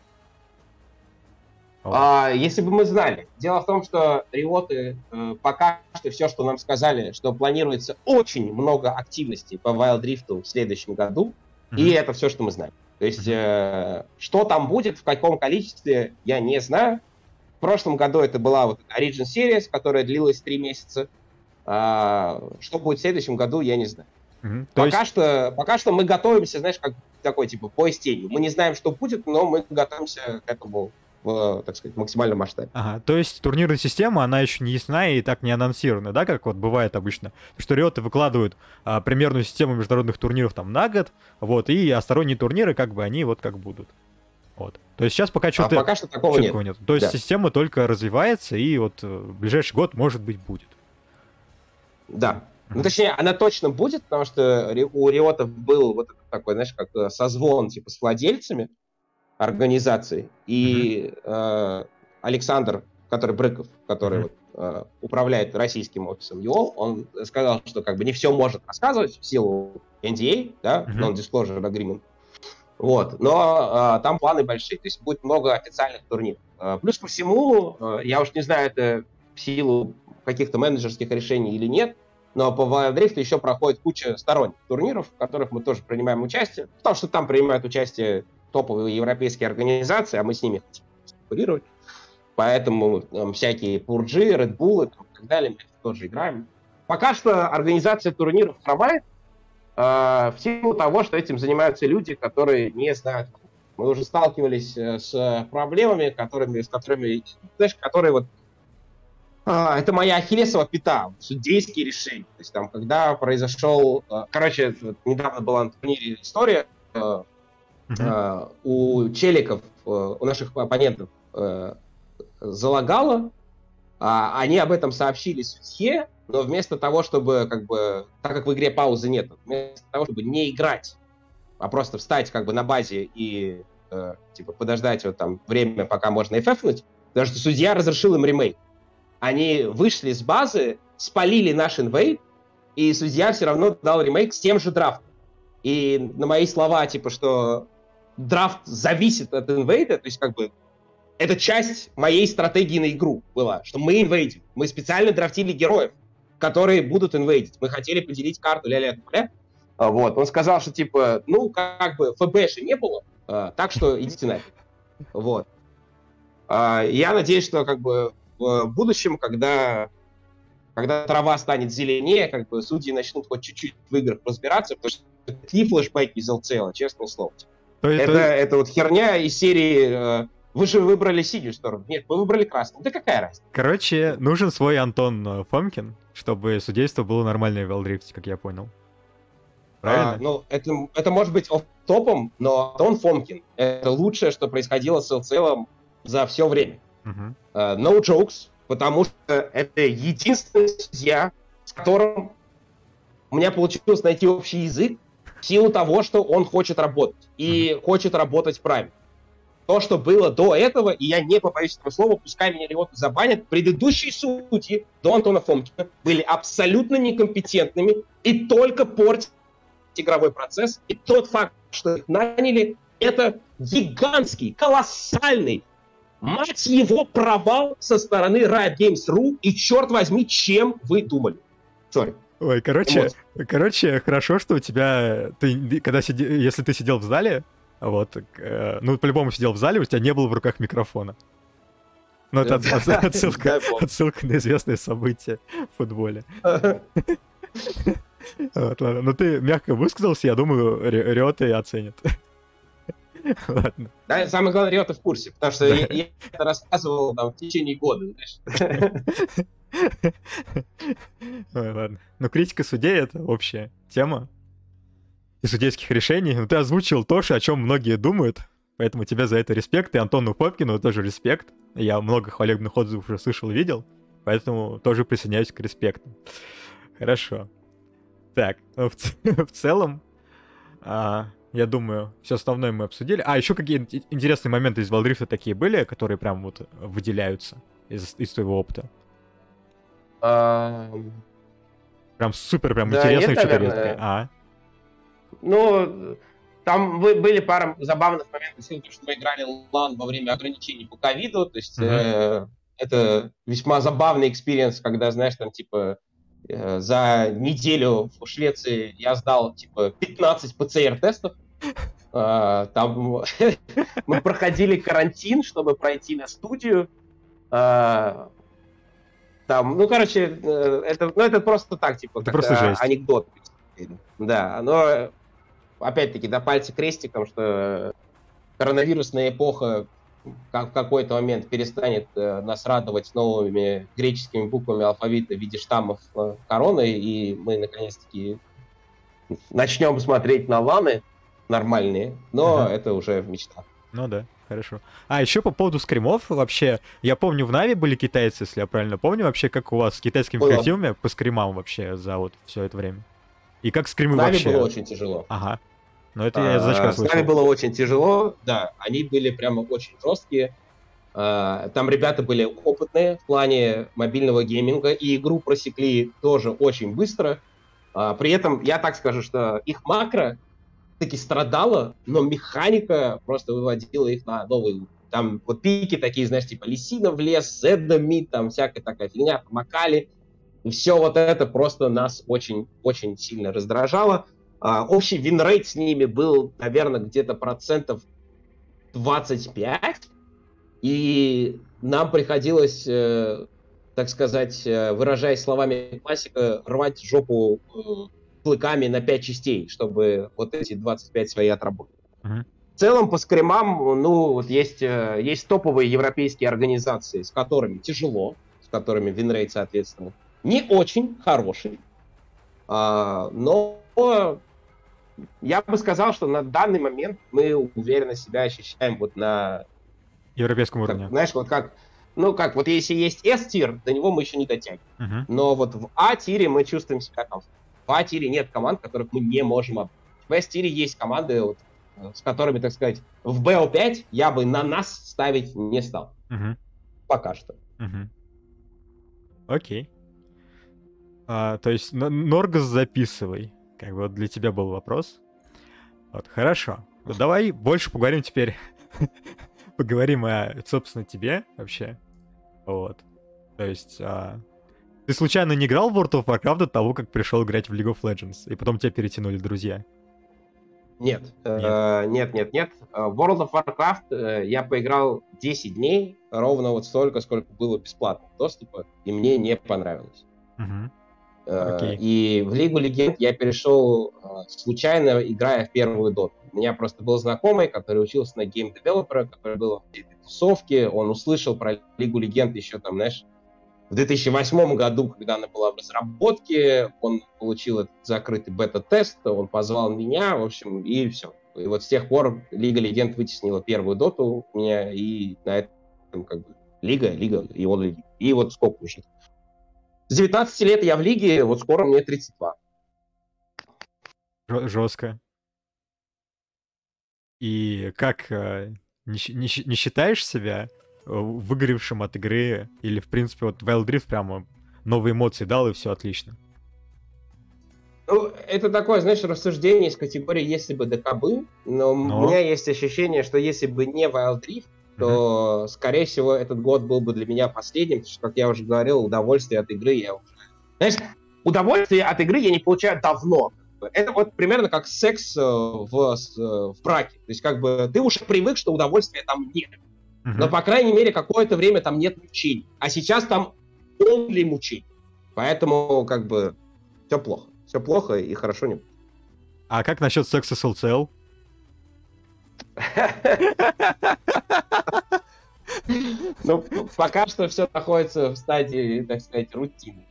Если бы мы знали. Дело в том, что риоты пока что все, что нам сказали, что планируется очень много активностей по Wild Rift в следующем году, и это все, что мы знаем. То есть, что там будет, в каком количестве, я не знаю. В прошлом году это была вот Origin Series, которая длилась 3 месяца. Что будет в следующем году, я не знаю. Пока что мы готовимся, знаешь, как такой, типа, бой с тенью. Мы не знаем, что будет, но мы готовимся к этому в, так сказать, максимальном масштабе. Ага, то есть турнирная система, она еще не ясна и так не анонсирована, да, как вот бывает обычно? Потому что риоты выкладывают примерную систему международных турниров там на год, вот, и сторонние турниры, как бы, они вот как будут. Вот. То есть сейчас пока что-то... пока что такого нет. То есть система только развивается, и вот в ближайший год, может быть, будет. Да. Ну, точнее, она точно будет, потому что у риотов был вот такой, знаешь, как созвон, типа, с владельцами организации, и Александр, который Брыков, который управляет российским офисом ЮОЛ, он сказал, что как бы не все может рассказывать в силу NDA, да, Non-Disclosure Agreement, вот, но там планы большие, то есть будет много официальных турниров. Плюс ко всему, я уж не знаю, это в силу каких-то менеджерских решений или нет, но по Wild Rift еще проходит куча сторонних турниров, в которых мы тоже принимаем участие, потому что там принимают участие топовые европейские организации, а мы с ними хотим конкурировать. Поэтому всякие Пурджи, Red Bull и так далее, мы тоже играем. Пока что организация турниров хромает в силу того, что этим занимаются люди, которые не знают. Мы уже сталкивались с проблемами, с которыми, знаешь, которые вот это моя ахиллесова пята, судейские решения. То есть там, когда произошел... Короче, недавно была на турнире история, у челиков, у наших оппонентов залагало, они об этом сообщили судье, но вместо того, чтобы, как бы, так как в игре паузы нет, вместо того, чтобы не играть, а просто встать как бы на базе и типа подождать вот там время, пока можно эффнуть, потому что судья разрешил им ремейк. Они вышли с базы, спалили наш инвейд, и судья все равно дал ремейк с тем же драфтом. И на мои слова, типа, что драфт зависит от инвейда, то есть, как бы, это часть моей стратегии на игру была, что мы инвейдим. Мы специально драфтили героев, которые будут инвейдить. Мы хотели поделить карту ля-ля-ля. Вот. Он сказал, что, типа, ну, как бы, ФБши не было, так что идите нафиг. Вот. Я надеюсь, что, как бы, в будущем, когда трава станет зеленее, как бы, судьи начнут хоть чуть-чуть в играх разбираться, потому что такие флешбеки из ЛЦЛ, честное слово. Это вот херня из серии «Вы же выбрали синюю сторону». Нет, мы выбрали красную. Да какая разница? Короче, нужен свой Антон Фомкин, чтобы судейство было нормальное в Wild Rift, как я понял. Правильно? Ну, это может быть офф-топом, но Антон Фомкин — это лучшее, что происходило с ЛЦЛ за все время. No jokes, потому что это единственный судья, с которым у меня получилось найти общий язык в силу того, что он хочет работать. И хочет работать правильно. То, что было до этого, и я не побоюсь этого слова, пускай меня риоты забанят, предыдущие судьи до Антона Фомкина были абсолютно некомпетентными и только портили игровой процесс, и тот факт, что их наняли, это гигантский, колоссальный, мать его, провал со стороны Riot Games.ru, и черт возьми, чем вы думали? Sorry. Ой, короче, хорошо, что у тебя, если ты сидел в зале, вот, ну, по-любому сидел в зале, у тебя не было в руках микрофона. Ну, это отсылка на известное событие в футболе. Вот, ладно. Но ты мягко высказался, я думаю, Риота оценит. Ладно. Да, самое главное, Риота в курсе, потому что я это рассказывал там в течение года, знаешь. Ой, ладно. Но критика судей — это общая тема. И судейских решений. Но ты озвучил то, о чем многие думают, поэтому тебе за это респект, и Антону Попкину тоже респект. Я много хвалебных отзывов уже слышал и видел, поэтому тоже присоединяюсь к респекту. Хорошо. Так, в целом, я думаю, все основное мы обсудили. Еще какие интересные моменты из Валдрифта такие были, которые прям вот выделяются из твоего опыта? Прям супер, прям да, интересных, что-то редкое. Ну, там были пара забавных моментов, что мы играли LAN во время ограничений по ковиду, то есть это весьма забавный экспириенс, когда, знаешь, там, типа, за неделю в Швеции я сдал, типа, 15 ПЦР-тестов. Там мы проходили карантин, чтобы пройти на студию. Там, ну, короче, это просто так, типа, это просто жесть. Анекдот. Да, но, опять-таки, до пальца крестиком, что коронавирусная эпоха в какой-то момент перестанет нас радовать новыми греческими буквами алфавита в виде штаммов короны, и мы, наконец-таки, начнем смотреть на ланы нормальные, но это уже мечта. Ну да, хорошо. Еще по поводу скримов вообще, я помню, в Нави были китайцы, если я правильно помню, вообще, как у вас с китайскими коллективами по скримам вообще за вот все это время? И как скримы вообще? В Нави было очень тяжело. Ага. Но это я зачем слышал. С Нави было очень тяжело, да, они были прямо очень жесткие. Там ребята были опытные в плане мобильного гейминга, и игру просекли тоже очень быстро. При этом, я так скажу, что их макро таки страдала, но механика просто выводила их на новый уровень. Там вот пики такие, знаешь, типа Лисина в лес, Зедда мид, там всякая такая фигня, Макали. И все вот это просто нас очень-очень сильно раздражало. Общий винрейт с ними был, наверное, где-то 25%. И нам приходилось, так сказать, выражаясь словами классика, рвать жопу клыками на 5 частей, чтобы вот эти 25 свои отработать. В целом, по скримам, ну, вот есть топовые европейские организации, с которыми тяжело, с которыми винрейт, соответственно, не очень хороший. Но я бы сказал, что на данный момент мы уверенно себя ощущаем вот на европейском уровне. Знаешь, вот как вот если есть S-тир, до него мы еще не дотягиваем. Но вот в А-тире мы чувствуем себя комфортно. В А-тире нет команд, которых мы не можем обыграть. В S-тире есть команды, вот, с которыми, так сказать, в BO5 я бы на нас ставить не стал. Пока что. Окей. То есть Норгас записывай. Как бы вот для тебя был вопрос. Вот, хорошо. Вот давай больше поговорим теперь. Поговорим собственно, тебе вообще. Вот. То есть, ты случайно не играл в World of Warcraft до того, как пришел играть в League of Legends, и потом тебя перетянули друзья? Нет. Нет. В World of Warcraft я поиграл 10 дней, ровно вот столько, сколько было бесплатного доступа, и мне не понравилось. И в Лигу Легенд я перешел случайно, играя в первую доту. У меня просто был знакомый, который учился на гейм-девелопера, который был в этой тусовке, он услышал про Лигу Легенд еще там, знаешь, в 2008 году, когда она была в разработке, он получил этот закрытый бета-тест, он позвал меня, в общем, и все. И вот с тех пор Лига Легенд вытеснила первую доту у меня, и на этом как бы Лига, и вот сколько уже. С 19 лет я в лиге, вот скоро мне 32. Жестко. И как, не считаешь себя выгоревшим от игры? Или, в принципе, вот Wild Rift прямо новые эмоции дал, и все отлично? Ну, это такое, знаешь, рассуждение из категории «если бы да кабы», но у меня есть ощущение, что если бы не Wild Rift, то, скорее всего, этот год был бы для меня последним, потому что, как я уже говорил, удовольствие от игры я уже... Знаешь, удовольствие от игры я не получаю давно. Это вот примерно как секс в браке. То есть, как бы, ты уже привык, что удовольствия там нет. Но, по крайней мере, какое-то время там нет мучений. А сейчас там only мучений. Поэтому, как бы, все плохо. Все плохо и хорошо не будет. А как насчет секса с ЛЦЛ? Ну, пока что все находится в стадии, так сказать, рутины.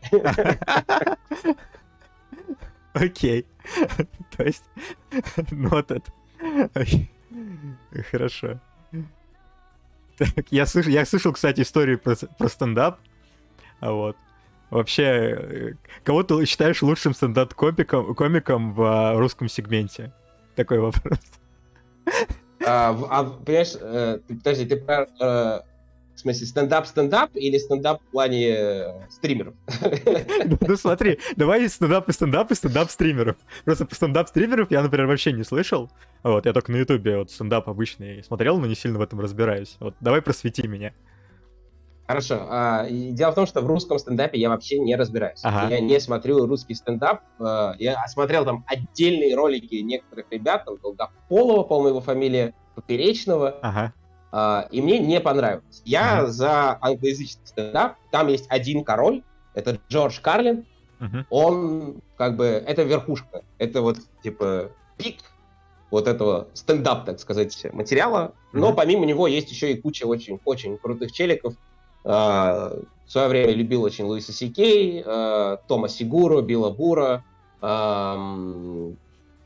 Окей. То есть, noted. Хорошо. Так, я слышал, кстати, историю про стендап. Вот. Вообще, кого ты считаешь лучшим стендап-комиком в русском сегменте? Такой вопрос. Понимаешь, подожди, ты про, в смысле, стендап или стендап в плане стримеров? Ну смотри, давай стендап стримеров. Просто про стендап-стримеров я, например, вообще не слышал. Вот, я только на ютубе вот стендап обычный смотрел, но не сильно в этом разбираюсь. Вот, давай просвети меня. Хорошо. Дело в том, что в русском стендапе я вообще не разбираюсь. Ага. Я не смотрю русский стендап. Я смотрел там отдельные ролики некоторых ребят, там Долгополова, по-моему, его фамилия, Поперечного. Ага. И мне не понравилось. Я за англоязычный стендап. Там есть один король, это Джордж Карлин. Он, как бы, это верхушка. Это вот, типа, пик вот этого стендап, так сказать, материала. Но помимо него есть еще и куча очень-очень крутых челиков. В свое время любил очень Луиса Сикей, Тома Сигуру, Билла Бура. Кого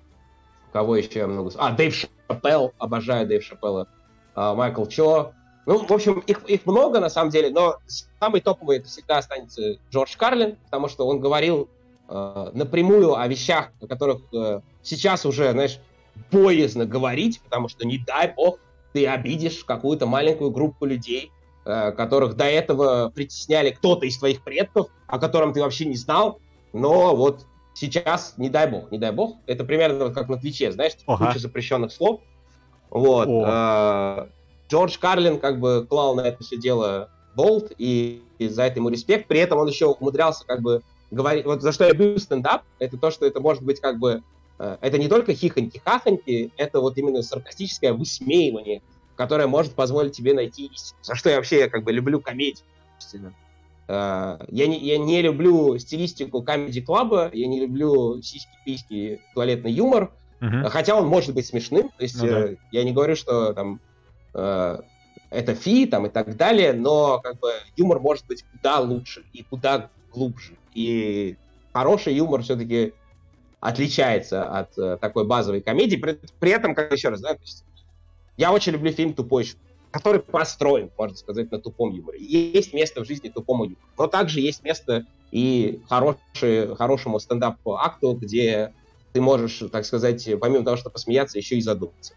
еще я много... Дэйв Шапелл, обожаю Дэйв Шапелла. Майкл Чо. Ну, в общем, их много, на самом деле, но самый топовый это всегда останется Джордж Карлин, потому что он говорил напрямую о вещах, о которых сейчас уже, знаешь, боязно говорить, потому что, не дай бог, ты обидишь какую-то маленькую группу людей, которых до этого притесняли кто-то из твоих предков, о котором ты вообще не знал, но вот сейчас, не дай бог, это примерно как на Твиче, знаешь, куча запрещенных слов. Вот. Джордж Карлин как бы клал на это все дело болт, и за это ему респект. При этом он еще умудрялся как бы говорить... Вот за что я люблю стендап, это то, что это может быть как бы... Это не только хихоньки-хахоньки, это вот именно саркастическое высмеивание, которое может позволить тебе найти истину. За что я вообще как бы люблю комедию. Я не люблю стилистику комеди-клаба, я не люблю сиськи-письки, туалетный юмор, хотя он может быть смешным. То есть я не говорю, что там это фи там, и так далее, но как бы юмор может быть куда лучше и куда глубже. И хороший юмор все-таки отличается от такой базовой комедии. При этом, как еще раз, да, то есть, я очень люблю фильм «Тупой шут», который построен, можно сказать, на тупом юморе. Есть место в жизни тупому юмору. Но также есть место и хорошему стендап-акту, где ты можешь, так сказать, помимо того, что посмеяться, еще и задуматься.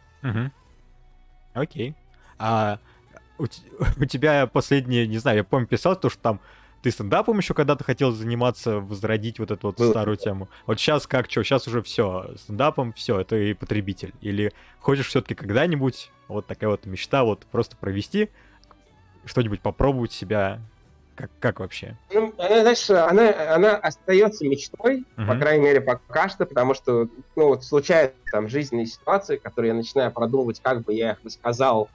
Окей. А у тебя последние, не знаю, я помню, писал то, что там ты стендапом еще когда-то хотел заниматься, возродить вот эту вот старую тему. Вот сейчас как, что? Сейчас уже все, стендапом все, это и потребитель. Или хочешь все-таки когда-нибудь, вот такая вот мечта, вот просто провести, что-нибудь попробовать себя, как вообще? Ну, знаешь, она остается мечтой, по крайней мере, пока что, потому что, ну, вот случаются там жизненные ситуации, которые я начинаю продумывать, как бы я их рассказал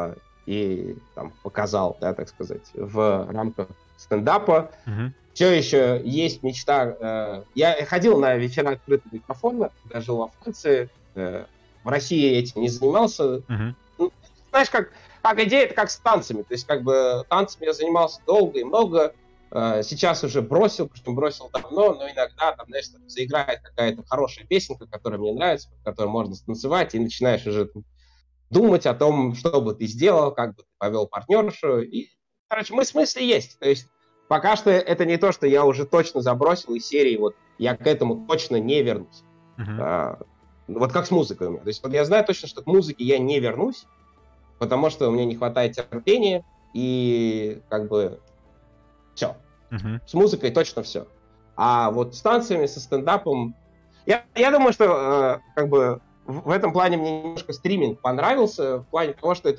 и там показал, да, так сказать, в рамках стендапа. Все еще есть мечта. Я ходил на вечера открытого микрофона, когда жил во Франции. В России этим не занимался. Ну, знаешь, как идея, это как с танцами. То есть, как бы, танцами я занимался долго и много. Сейчас уже бросил, причем бросил давно, но иногда, там, знаешь, заиграет какая-то хорошая песенка, которая мне нравится, под которой можно станцевать, и начинаешь уже думать о том, что бы ты сделал, как бы ты повел партнершу. И, короче, смысл есть. То есть, пока что это не то, что я уже точно забросил из серии, вот, я к этому точно не вернусь. Вот как с музыкой у меня. То есть, вот я знаю точно, что к музыке я не вернусь, потому что у меня не хватает терпения, и как бы все. С музыкой точно все. А вот с танцами, со стендапом, Я думаю, что как бы в этом плане мне немножко стриминг понравился, в плане того, что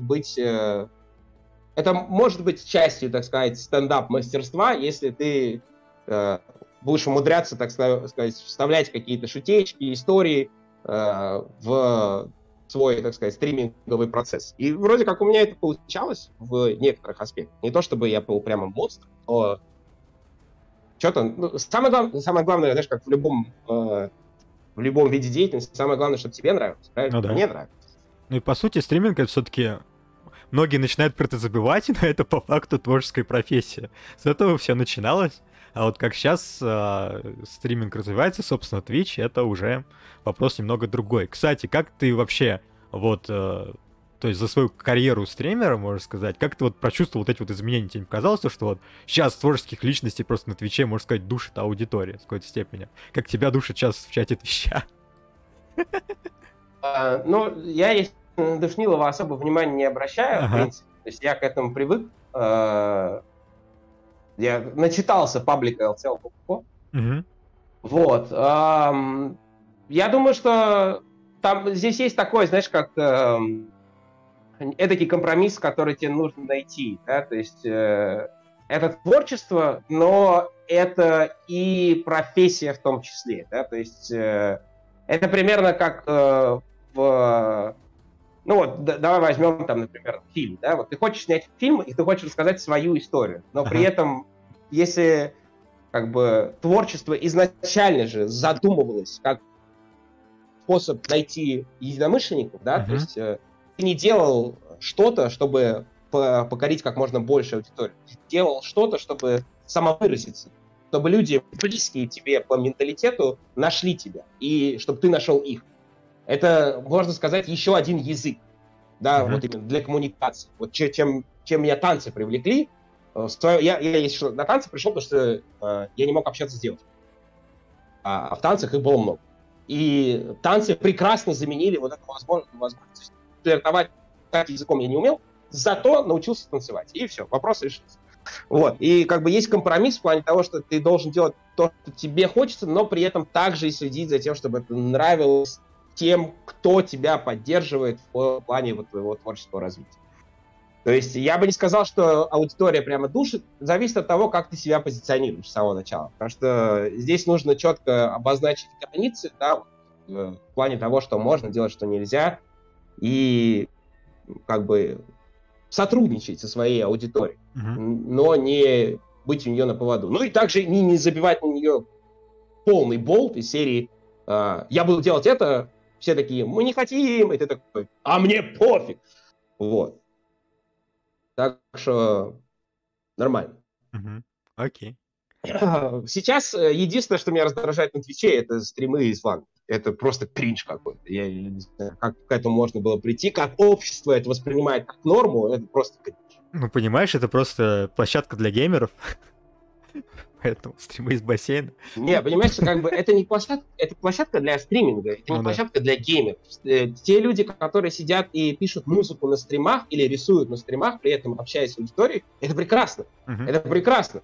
это может быть частью, так сказать, стендап-мастерства, если ты будешь умудряться, так сказать, вставлять какие-то шутечки, истории в свой, так сказать, стриминговый процесс. И вроде как у меня это получалось в некоторых аспектах. Не то чтобы я был прямо монстр, но что-то... Ну, самое главное, знаешь, как в любом виде деятельности, самое главное, чтобы тебе нравилось, правильно? Ну да. Мне нравится. Ну и по сути стриминг это все-таки многие начинают про это забывать, но это по факту творческая профессия. С этого все начиналось. А вот как сейчас стриминг развивается, собственно, Twitch, это уже вопрос немного другой. Кстати, как ты вообще вот, то есть за свою карьеру стримера, можно сказать, как ты вот прочувствовал вот эти вот изменения? Тебе не показалось, что вот сейчас творческих личностей просто на Твиче, можно сказать, душит аудитория в какой-то степени? Как тебя душит сейчас в чате Твича? Ну, я, если на Душнилова особо внимания не обращаю, в Ага. принципе. То есть я к этому привык. Я начитался паблика LCL. Мгм. Вот. Я думаю, что там здесь есть такой, знаешь, как эдакий компромисс, который тебе нужно найти. Да? То есть это творчество, но это и профессия в том числе. Да? То есть это примерно как ну вот, давай возьмем там, например, фильм. Да? Вот ты хочешь снять фильм, и ты хочешь рассказать свою историю, но при Ага. этом, если как бы творчество изначально же задумывалось как способ найти единомышленников, да, то Мгм. есть ты не делал что-то, чтобы покорить как можно больше аудиторию. Ты делал что-то, чтобы самовыразиться, чтобы люди, близкие тебе по менталитету, нашли тебя, и чтобы ты нашел их. Это, можно сказать, еще один язык, да, Мгм. вот именно для коммуникации. Вот чем меня танцы привлекли, я если что, на танцы пришел, потому что я не мог общаться с девушкой. А в танцах их было много. И танцы прекрасно заменили вот эту возможность флиртовать языком я не умел, зато научился танцевать. И все, вопрос решился. Вот. И как бы есть компромисс в плане того, что ты должен делать то, что тебе хочется, но при этом также и следить за тем, чтобы это нравилось тем, кто тебя поддерживает в плане вот твоего творческого развития. То есть я бы не сказал, что аудитория прямо душит, зависит от того, как ты себя позиционируешь с самого начала. Потому что здесь нужно четко обозначить границы, да, в плане того, что можно делать, что нельзя, и как бы сотрудничать со своей аудиторией, Мгм. но не быть у нее на поводу. Ну и также не забивать на нее полный болт из серии «Я буду делать это», все такие «Мы не хотим», и ты такой «А мне пофиг». Вот. Так что нормально. Мгм. Окей. Сейчас единственное, что меня раздражает на Твиче, это стримы из ван. Это просто кринж какой-то. Я не знаю, как к этому можно было прийти, как общество это воспринимает как норму, это просто кринж. Ну, понимаешь, это просто площадка для геймеров, поэтому стримы из бассейна. Не, понимаешь, как бы это не площадка, это площадка для стриминга, это не Ну да. площадка для геймеров. Те люди, которые сидят и пишут музыку на стримах или рисуют на стримах, при этом общаясь с аудиторией, это прекрасно. Мгм. Это прекрасно.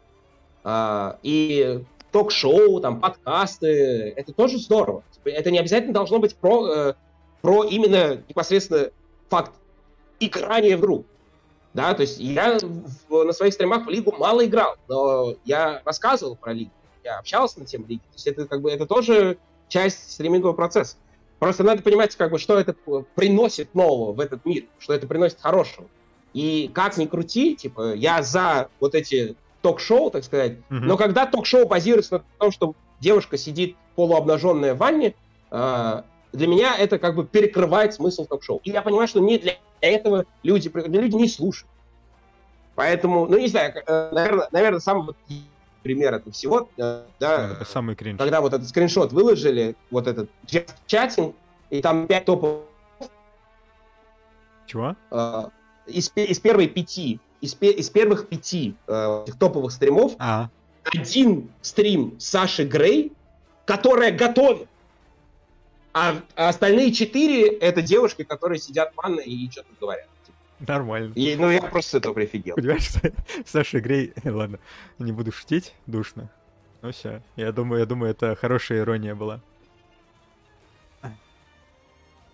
И ток-шоу, там, подкасты, это тоже здорово. Это не обязательно должно быть про именно непосредственно факт играния в игру. Да, то есть я на своих стримах в Лигу мало играл, но я рассказывал про Лигу, я общался на тему Лиги. То есть это как бы это тоже часть стримингового процесса. Просто надо понимать, как бы, что это приносит нового в этот мир, что это приносит хорошего. И как ни крути, типа, я за вот эти ток-шоу, так сказать, Мгм. но когда ток-шоу базируется на том, что девушка сидит полуобнаженная в ванне, для меня это как бы перекрывает смысл ток-шоу. И я понимаю, что не для этого люди не слушают. Поэтому, ну, не знаю, наверное, самый вот пример этого всего, Да, это да, самый кринж. когда вот этот скриншот выложили, вот этот чатинг, и там 5 топов Чего? из первой пяти, из первых 5 этих топовых стримов А, один стрим Саши Грей, которая готовит, а остальные 4 это девушки, которые сидят в ванной и что-то говорят. нормально. И, ну, я просто с этого прифигел. Понимаешь, Саша Грей... Ладно, не буду шутить, душно. Ну все, я думаю, это хорошая ирония была.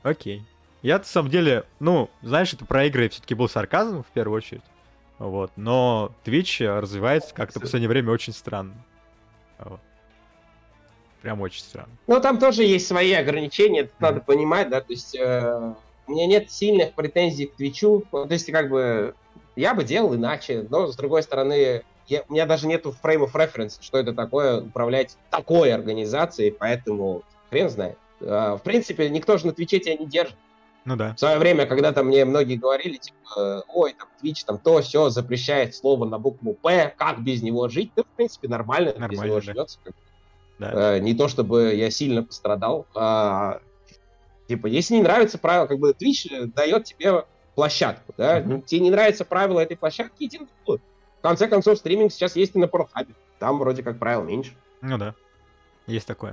Окей. Я, на самом деле, ну, знаешь, это про игры все-таки был сарказм, в первую очередь. Вот. Но Twitch развивается как-то в последнее время очень странно. Вот. Прям очень странно. Ну, там тоже есть свои ограничения, это надо понимать, да, то есть у меня нет сильных претензий к Твичу, то есть как бы я бы делал иначе, но с другой стороны, у меня даже нету frame of reference, что это такое управлять такой организацией, поэтому хрен знает. В принципе, никто же на Твиче тебя не держит. Ну да. В свое время, когда-то мне многие говорили, типа, ой, там, Twitch, там, то, все запрещает слово на букву «П», как без него жить? Да, в принципе, нормально без него Нормально, да. живется. Да. Не то, чтобы я сильно пострадал. Типа, если не нравится правило, как бы Twitch дает тебе площадку, да? Тебе не нравится правило этой площадки, иди на другую. В конце концов, стриминг сейчас есть и на Pornhub. Там вроде как правил меньше. Ну да. Есть такое.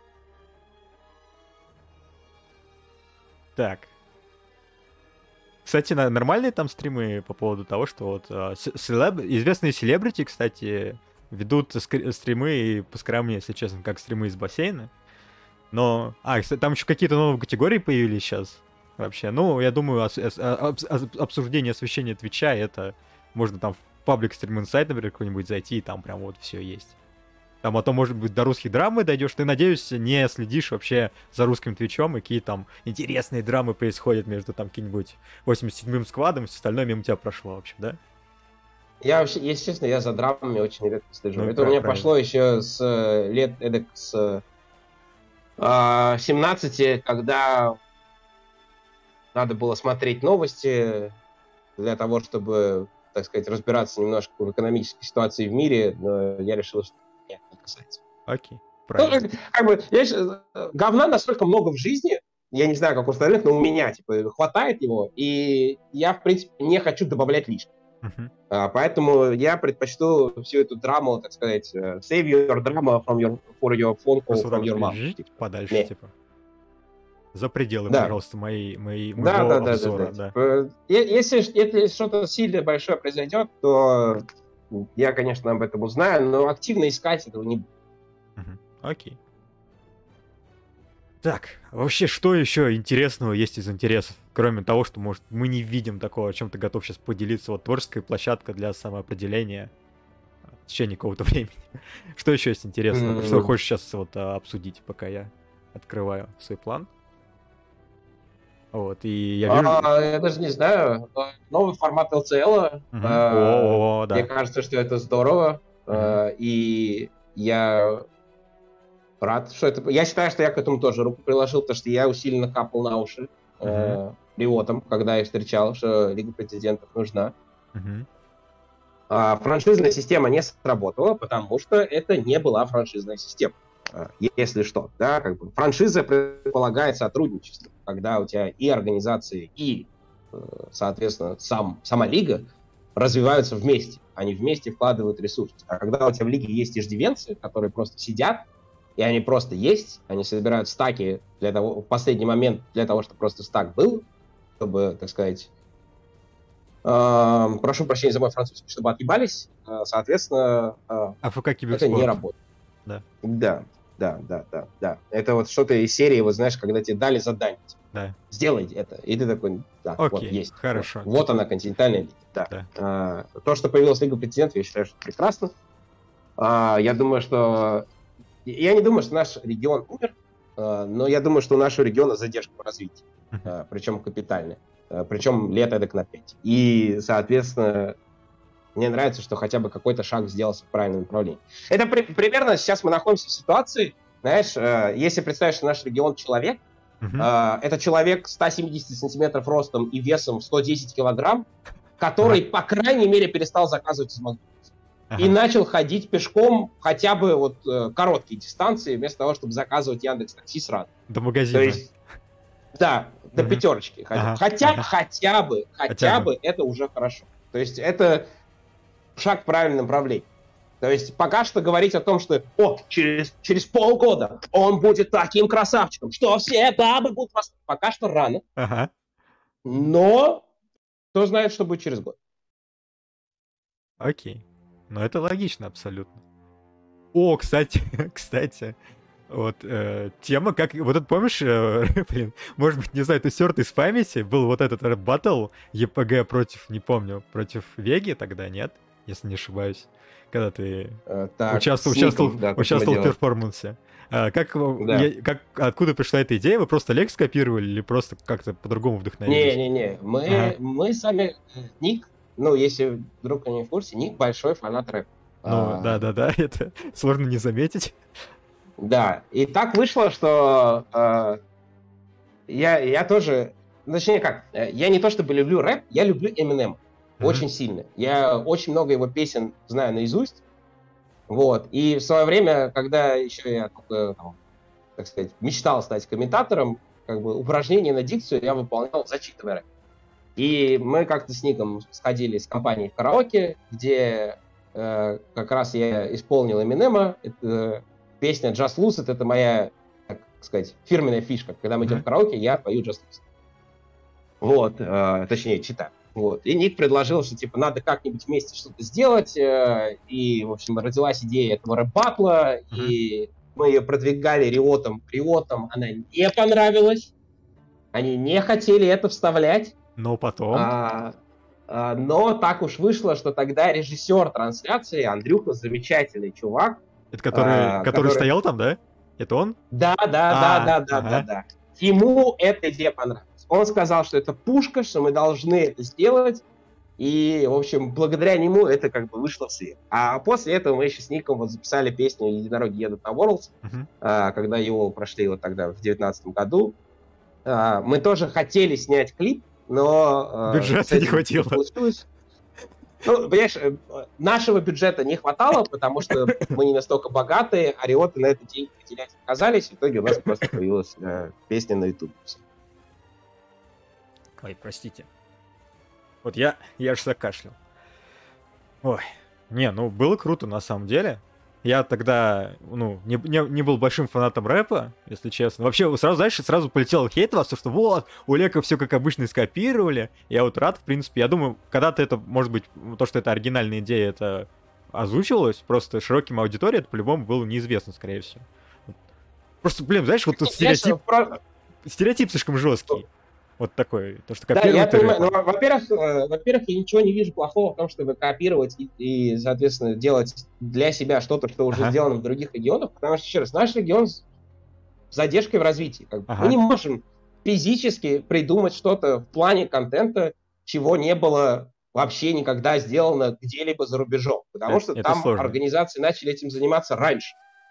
Так. Кстати, нормальные там стримы по поводу того, что вот известные селебрити, кстати, ведут стримы и пускай мне, если честно, как стримы из бассейна. Но... кстати, там еще какие-то новые категории появились сейчас. Вообще. Ну, я думаю, обсуждение освещения Твича, это можно там в паблик стрим инсайт, например, какой-нибудь зайти, и там прям вот все есть. Там, а то, может быть, до русских драмы дойдешь. Ты, надеюсь, не следишь вообще за русским Твичом, и какие там интересные драмы происходят между там каким-нибудь 87-м сквадом, и все остальное мимо тебя прошло вообще, да? Я вообще, если честно, я за драмами очень редко слежу. Ну, Это у меня правильно. пошло еще с лет эдак с 17, когда надо было смотреть новости для того, чтобы, так сказать, разбираться немножко в экономической ситуации в мире, но я решил, что нет, не касается. Окей, Ну, правильно. как бы, говна настолько много в жизни, я не знаю, как у остальных, но у меня, типа, хватает его, и я, в принципе, не хочу добавлять лишнего. Поэтому я предпочту всю эту драму, так сказать, save your drama from for your phone call from your mom. Подальше, типа. За пределы, Да. пожалуйста, моего Да. обзора, да. Типа, если что-то сильно большое произойдет, то я, конечно, об этом узнаю, но активно искать этого не буду. Окей. Так, вообще, что еще интересного есть из интересов? Кроме того, что, может, мы не видим такого, о чем ты готов сейчас поделиться. Вот творческая площадка для самоопределения в течение какого-то времени. Что еще есть интересного? Что хочешь сейчас вот обсудить, пока я открываю свой план? Вот, и я вижу... Я даже не знаю. Новый формат LCL. Да. Мне кажется, что это здорово. И я рад, что это... Я считаю, что я к этому тоже руку приложил, потому что я усиленно капал на уши пилотам, когда я встречал, что Лига Претендентов нужна. Франшизная система не сработала, потому что это не была франшизная система. Если что, да, как бы франшиза предполагает сотрудничество, когда у тебя и организации, и, соответственно, сама лига развиваются вместе, они вместе вкладывают ресурсы. А когда у тебя в лиге есть иждивенцы, которые просто сидят, и они просто есть, они собирают стаки для того, в последний момент для того, чтобы просто стак был, чтобы, так сказать, прошу прощения за мой французский, чтобы отъебались, соответственно, это не работает. Да. Это вот что-то из серии, вот знаешь, когда тебе дали задание. Да. Сделай это. И ты такой, да, окей, вот есть. Хорошо. Вот она, континентальная лига. Да. То, что появилась Лига Претендентов, я считаю, что прекрасно. Я думаю, что... Я не думаю, что наш регион умер, но я думаю, что у нашего региона задержка в развитии. Причем капитальная. Причем лет эдак на 5. И, соответственно, мне нравится, что хотя бы какой-то шаг сделался в правильном направлении. Это примерно сейчас мы находимся в ситуации, знаешь, если представить, что наш регион человек, это человек 170 сантиметров ростом и весом 110 килограмм, который, по крайней мере, перестал заказывать из Макдональдса. И начал ходить пешком хотя бы вот короткие дистанции, вместо того, чтобы заказывать Яндекс.Такси сразу. До магазина. То есть, да, до пятерочки. Хотя бы это уже хорошо. То есть это шаг в правильном направлении. То есть пока что говорить о том, что через полгода он будет таким красавчиком, что все бабы будут... Пока что рано. Но кто знает, что будет через год. Окей. Но это логично абсолютно. О, кстати, Вот тема, как... Вот это помнишь, блин, может быть, не знаю, ты стертый из памяти, был вот этот рэп-баттл ЕПГ против, не помню, против Веги тогда, нет? Если не ошибаюсь. Когда ты Так, участвовал, с Ником, да, то, что мы участвовал в делаем. перформансе. Да. Откуда пришла эта идея? Вы просто Лекс скопировали или просто как-то по-другому вдохновились? Не-не-не, Ага. мы сами, Ник, ну, если вдруг они в курсе, Ник большой фанат рэпа. Ну, да-да-да, это сложно не заметить. Да, и так вышло, что я тоже, точнее как, я не то чтобы люблю рэп, я люблю Eminem Мгм. очень сильно. Я очень много его песен знаю наизусть, вот. И в свое время, когда еще я только, там, так сказать, мечтал стать комментатором, как бы упражнения на дикцию я выполнял, зачитывая рэп. И мы как-то с Ником сходили с компанией в караоке, где как раз я исполнил Эминема. Это песня Just Lose It, это моя, так сказать, фирменная фишка. Когда мы идем в караоке, я пою Just Lose It. Вот, точнее, читаю. Вот. И Ник предложил, что типа надо как-нибудь вместе что-то сделать. И, в общем, родилась идея этого рэп-батла, Мгм. и мы ее продвигали риотом. Риотом она не понравилась. Они не хотели это вставлять. Но потом... Но так уж вышло, что тогда режиссер трансляции, Андрюха, замечательный чувак, Это который который... стоял там, да? Это он? Да, да, да, А, да, да, да, ага. да. Ему эта идея понравилась. Он сказал, что это пушка, что мы должны это сделать. И, в общем, благодаря нему это как бы вышло в свет. А после этого мы еще с Ником вот записали песню «Единороги едут на Worlds», Мгм. когда его прошли вот тогда в 2019 году. Мы тоже хотели снять клип, но с Бюджета не этим не хватило. получилось. Ну, понимаешь, нашего бюджета не хватало, потому что мы не настолько богатые, а риоты на это деньги выделять отказались. В итоге у нас просто появилась песня на YouTube. Ой, простите. Вот я аж закашлял. Ой, не, ну было круто на самом деле. Я тогда, ну, не был большим фанатом рэпа, если честно. Вообще, сразу, знаешь, сразу полетел хейт вас, что вот, у Лека все как обычно скопировали. Я вот рад, в принципе. Я думаю, когда-то это, может быть, то, что это оригинальная идея, это озвучивалось, просто широким аудитории это по-любому было неизвестно, скорее всего. Просто, блин, знаешь, вот тут стереотип слишком жесткий. Вот такой, то, что Да, я копируют понимаю. рэпа. Ну, во-первых, я ничего не вижу плохого в том, чтобы копировать соответственно, делать для себя что-то, что уже Ага, сделано в других регионах, потому что, еще раз, наш регион с задержкой в развитии. Как бы. Мы ага. не можем физически придумать что-то в плане контента, чего не было вообще никогда сделано где-либо за рубежом, потому что Это там сложно. организации начали этим заниматься раньше.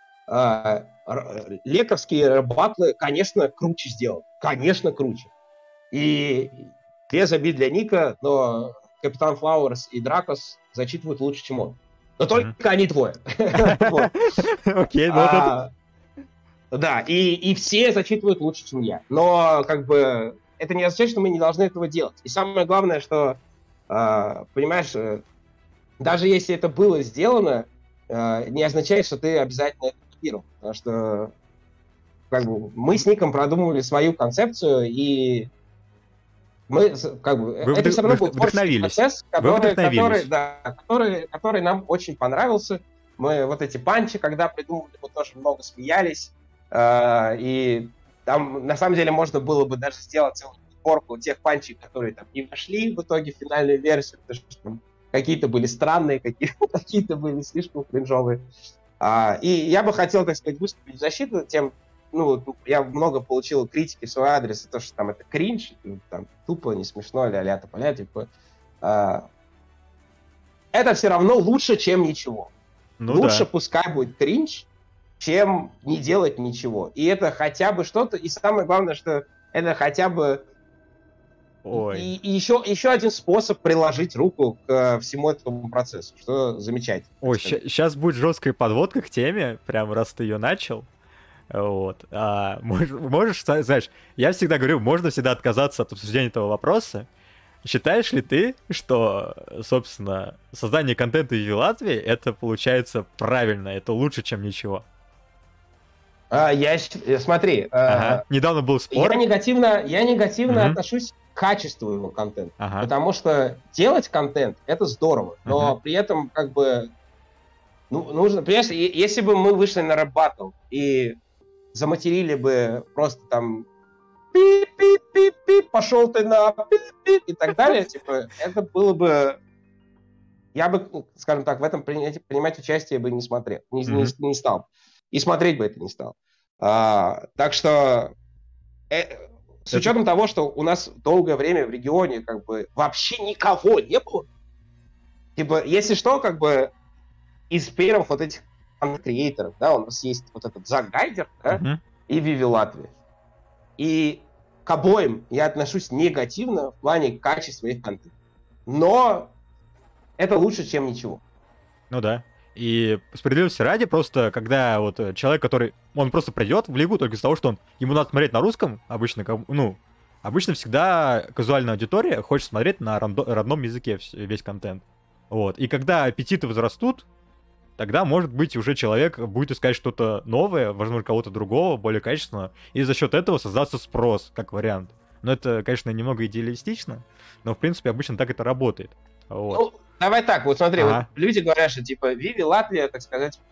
Лековские батлы, конечно, круче сделаны. Конечно, круче. И без обид для Ника, но Капитан Флауэрс и Дракос зачитывают лучше, чем он. Но только они двое. Окей, ну вот это... Да, и все зачитывают лучше, чем я. Но как бы это не означает, что мы не должны этого делать. И самое главное, что, понимаешь, даже если это было сделано, не означает, что ты обязательно это копировал. Потому что как бы, мы с Ником продумывали свою концепцию, и мы, как бы, Вы это все равно был творческий вдохновились. процесс, Вы вдохновились. который нам очень понравился. Мы вот эти панчи, когда придумывали, мы тоже много смеялись. И там, на самом деле, можно было бы даже сделать целую подборку тех панчей, которые там не вошли в итоге в финальную версию, потому что там какие-то были странные, какие-то были слишком кринжовые. И я бы хотел, так сказать, выступить в защиту тем, ну, я много получил критики в свой адрес за то, что там это кринж, там тупо, не смешно, ля-ля, тополя, типа. Это все равно лучше, чем ничего. Ну Лучше да. пускай будет кринж, чем не делать ничего. И это хотя бы что-то, и самое главное, что это хотя бы Ой. и еще один способ приложить руку к всему этому процессу, что замечательно. Ой, сейчас будет жесткая подводка к теме, прям раз ты ее начал. Вот. Можешь, знаешь, я всегда говорю, можно всегда отказаться от обсуждения этого вопроса. Считаешь ли ты, что, собственно, создание контента в Латвии, это получается правильно, это лучше, чем ничего? Смотри, Ага. Недавно был спор. я негативно отношусь к качеству его контента, Ага. потому что делать контент — это здорово, но при этом как бы нужно, понимаешь, если бы мы вышли на рэп-баттл и заматерили бы просто там пип-пип-пип-пип, пошел ты на пип-пип и так далее, типа, это было бы... Я бы, скажем так, в этом принимать участие бы не смотрел, не стал. И смотреть бы это не стал. Так что с учетом того, что у нас долгое время в регионе как бы вообще никого не было, типа, если что, как бы из первых вот этих креаторов, да, у нас есть вот этот Зак Гайдер, да, и Виви Латвия. И к обоим я отношусь негативно в плане качества их контента. Но это лучше, чем ничего. Ну да. И справедливости ради, просто когда вот человек, который... Он просто придет в лигу только из-за того, что ему надо смотреть на русском, обычно, ну, обычно всегда казуальная аудитория хочет смотреть на родном языке весь контент. Вот. И когда аппетиты возрастут, тогда, может быть, уже человек будет искать что-то новое, возможно, кого-то другого, более качественного, и за счет этого создаться спрос, как вариант. Но это, конечно, немного идеалистично, но, в принципе, обычно так это работает. Вот. Ну, давай так, вот смотри, вот люди говорят, что, типа, Виви Латвия, так сказать,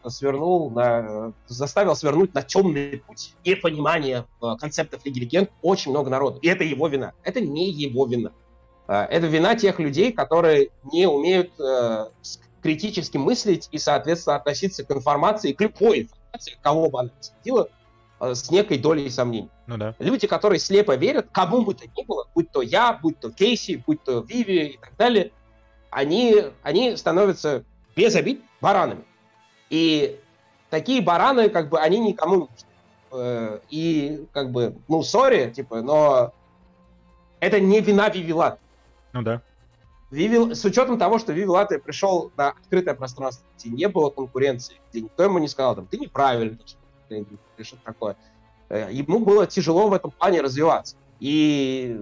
заставил свернуть на темный путь непонимания концептов Лиги Легенд очень много народу. И это его вина. Это не его вина. Это вина тех людей, которые не умеют критически мыслить и, соответственно, относиться к информации, к любой информации, кого бы она сидела, с некой долей сомнений. Ну да. Люди, которые слепо верят, кому бы то ни было, будь то я, будь то Кейси, будь то Виви и так далее, они становятся без обид баранами. И такие бараны, как бы, они никому не нужны. И, как бы, ну, сори, типа, но это не вина Виви Латвии. Ну да. С учетом того, что Виви Латвия пришел на открытое пространство, где не было конкуренции, где никто ему не сказал, там, ты неправильно, или что-то такое. Ему было тяжело в этом плане развиваться. И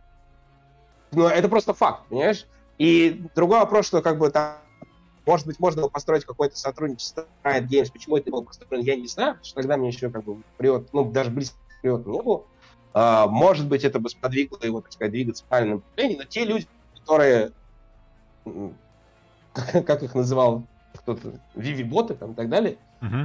ну, это просто факт, понимаешь? И другой вопрос, что как бы там, может быть, можно было построить какое-то сотрудничество с Riot Games. Почему это было построено, я не знаю, потому что тогда мне еще как бы привод, ну, даже близко привод не было. Может быть, это бы сподвигло его, так сказать, двигаться в правильном направлении, но те люди, которые, как их называл кто-то, Виви-боты там и так далее,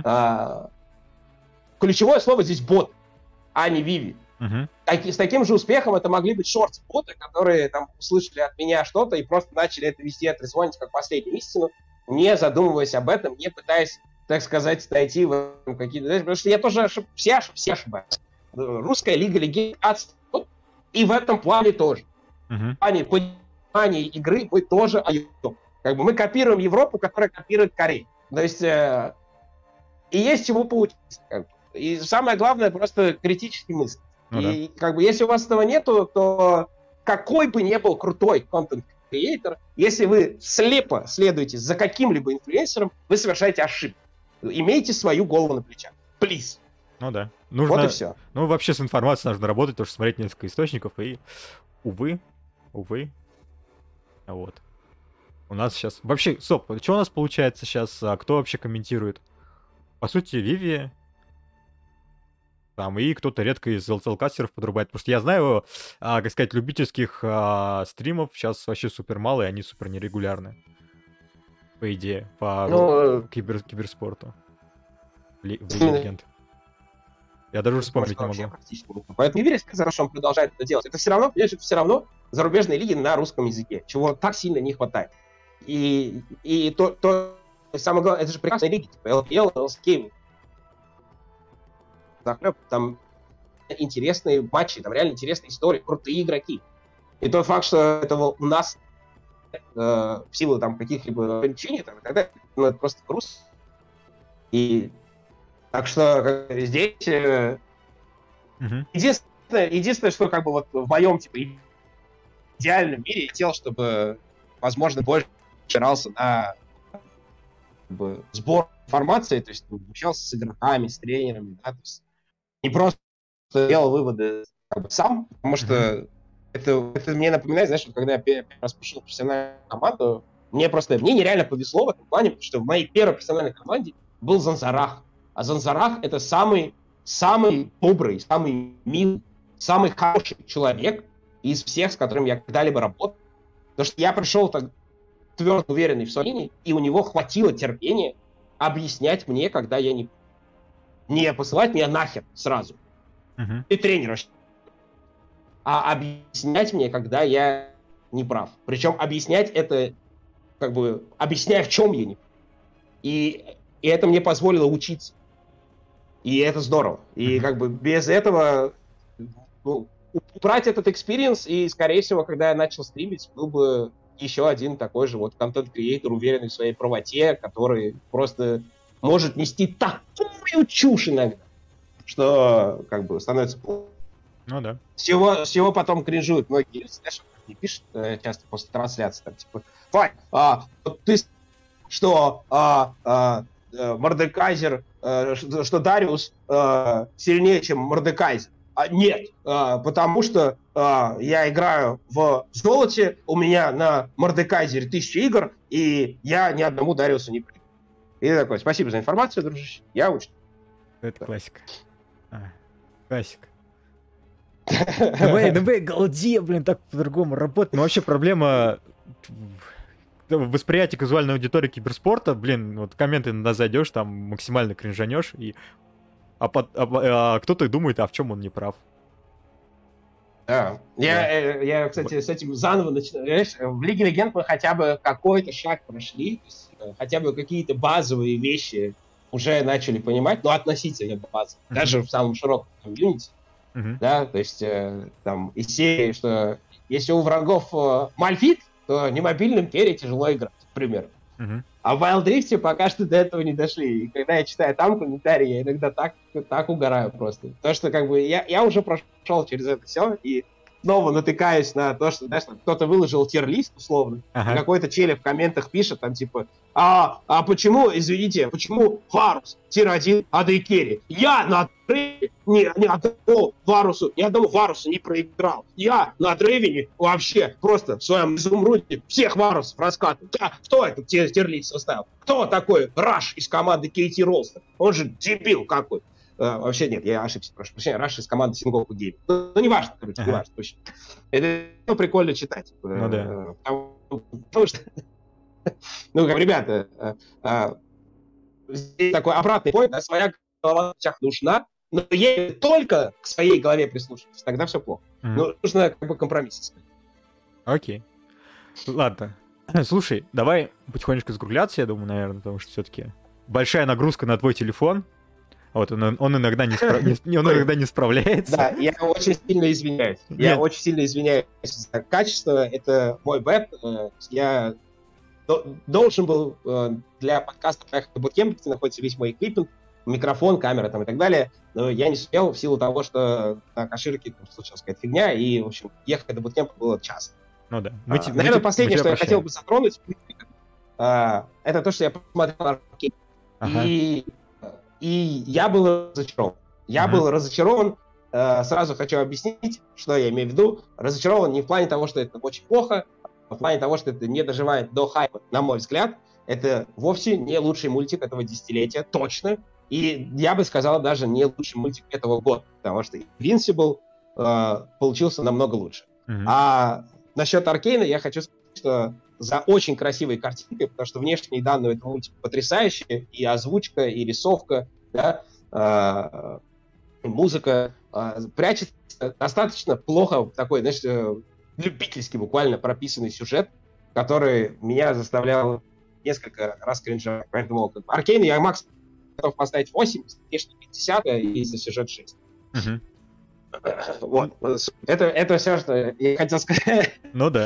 ключевое слово здесь бот, а не Виви. С таким же успехом это могли быть шортс-боты, которые там услышали от меня что-то и просто начали это вести, отрезвонить как последнюю истину, не задумываясь об этом, не пытаясь, так сказать, найти в какие-то... Потому что я тоже все ошибаются. Русская лига легенд и в этом плане тоже. В плане понимания игры мы тоже айдем. Как бы мы копируем Европу, которая копирует Корею. То есть и есть чему поучиться. Как бы. И самое главное просто критически мыслить. И как бы если у вас этого нету, то какой бы ни был крутой контент-креатор, если вы слепо следуете за каким-либо инфлюенсером, вы совершаете ошибку. Имейте свою голову на плечах. Плиз. Ну да. Нужно, вот и все. Ну вообще с информацией нужно работать, потому что смотреть несколько источников, и увы. Вот. У нас сейчас... Вообще, стоп, что у нас получается сейчас? Кто вообще комментирует? По сути, Виви... Там, и кто-то редко из ЛЦЛ-кастеров подрубает. Потому что я знаю, как сказать, любительских стримов сейчас вообще супер мало, и они супер нерегулярны. По идее, по киберспорту. В Легенд. Я даже вспомнить не могу. Поэтому не верю сказать, что он продолжает это делать. Это все равно зарубежные лиги на русском языке, чего так сильно не хватает. И то самое главное, это же прекрасные лиги, типа LPL, LCK. Там интересные матчи, там реально интересные истории, крутые игроки. И тот факт, что этого у нас в силу там каких-либо ограничений там, и так далее, ну, это просто грустно. И так что здесь единственное, что как бы вот в моем типа идеальном мире я хотел, чтобы, возможно, больше опирался на как бы, сбор информации, то есть общался с игроками, с тренерами, да, то есть не просто делал выводы как бы, сам, потому что это мне напоминает, знаешь, вот, когда я первый раз пришел в профессиональную команду, мне нереально повезло в этом плане, потому что в моей первой профессиональной команде был Занзарах. А Занзарах — это самый добрый, самый милый, самый хороший человек из всех, с которыми я когда-либо работал. Потому что я пришел так твердо уверенный в своей линии, и у него хватило терпения объяснять мне, когда я не не посылать меня нахер сразу. И тренера. А объяснять мне, когда я не прав. Причем объяснять это, как бы, объясняя, в чем я не прав. И это мне позволило учиться. И это здорово. И как бы без этого убрать этот экспириенс, и, скорее всего, когда я начал стримить, был бы еще один такой же вот контент-креатор, уверенный в своей правоте, который просто может нести такую чушь иногда, что как бы становится плохо. Ну да. С чего потом кринжуют многие, знаешь, не пишут часто после трансляции, там, типа, Вань, вот ты что Мордекайзер, что Дариус сильнее, чем Мордекайзер. Нет, потому что я играю в золоте, у меня на Мордекайзере 1000 игр, и я ни одному Дариусу не проиграю. И такой, спасибо за информацию, дружище, я учу. Это классика. Классика. НБА голде, блин, так по-другому работает. Но вообще проблема восприятия казуальной аудитории киберспорта, блин, вот комменты иногда зайдешь, там максимально кринжанешь, и кто-то думает, а в чем он не прав. Да. Я, кстати, с этим заново начинаю. В Лиге Легенд мы хотя бы какой-то шаг прошли, хотя бы какие-то базовые вещи уже начали понимать, но относительно базовые, даже в самом широком комьюнити. Да, то есть там из серии, что если у врагов мальфит, то не мобильным керри тяжело играть, к примеру. А в Wild Rift пока что до этого не дошли. И когда я читаю там комментарии, я иногда так угораю просто. Потому что как бы я уже прошел через это все, и снова натыкаюсь на то, что, знаешь, кто-то выложил тир-лист, условно, и какой-то челик в комментах пишет, там, типа, почему, извините, почему Варус тир-1 AD керри? Я на Дрейвене ни одному Варусу не проиграл. Я на Дрейвене вообще просто в своем изумруде всех Варусов раскатываю. Кто этот тир-лист составил? Кто такой Раш из команды KT Ролстер? Он же дебил какой. Вообще нет, я ошибся, прошу прощения, Раш из команды Сингоку Гейм. Ну, не важно, короче, не важно. Это прикольно читать. Ну да. Потому что, ну, как, ребята, здесь такой обратный point, да, своя голова нужна, но ей только к своей голове прислушиваться, тогда все плохо. Ну, нужно как бы компромисс искать. Окей. Ладно. Слушай, давай потихонечку закругляться, я думаю, наверное, потому что все-таки большая нагрузка на твой телефон. Вот, он иногда не справляется. Да, я очень сильно извиняюсь. Я очень сильно извиняюсь за качество. Это мой бэт. Я должен был для подкаста поехать на буткемп, где находится весь мой эквипмент, микрофон, камера там и так далее. Но я не успел в силу того, что на Каширке случилась какая-то фигня, и, в общем, ехать до буткемпа было час. Ну да. Наверное, последнее, что я хотел бы затронуть, это то, что я посмотрел Аркейн. И я был разочарован. Я был разочарован. Сразу хочу объяснить, что я имею в виду. Разочарован не в плане того, что это очень плохо, а в плане того, что это не доживает до хайпа, на мой взгляд. Это вовсе не лучший мультик этого десятилетия, точно. И я бы сказал, даже не лучший мультик этого года, потому что Invincible получился намного лучше. А насчет Аркейна я хочу сказать, что за очень красивой картинкой, потому что внешние данные этого мультика потрясающие, и озвучка, и рисовка, да, и музыка прячется достаточно плохо такой, знаешь, любительский буквально прописанный сюжет, который меня заставлял несколько раз кринжевать. Поэтому Аркейн я максимум готов поставить 8, конечно, 50, и за сюжет 6. Вот. Это все, что я хотел сказать. Ну да.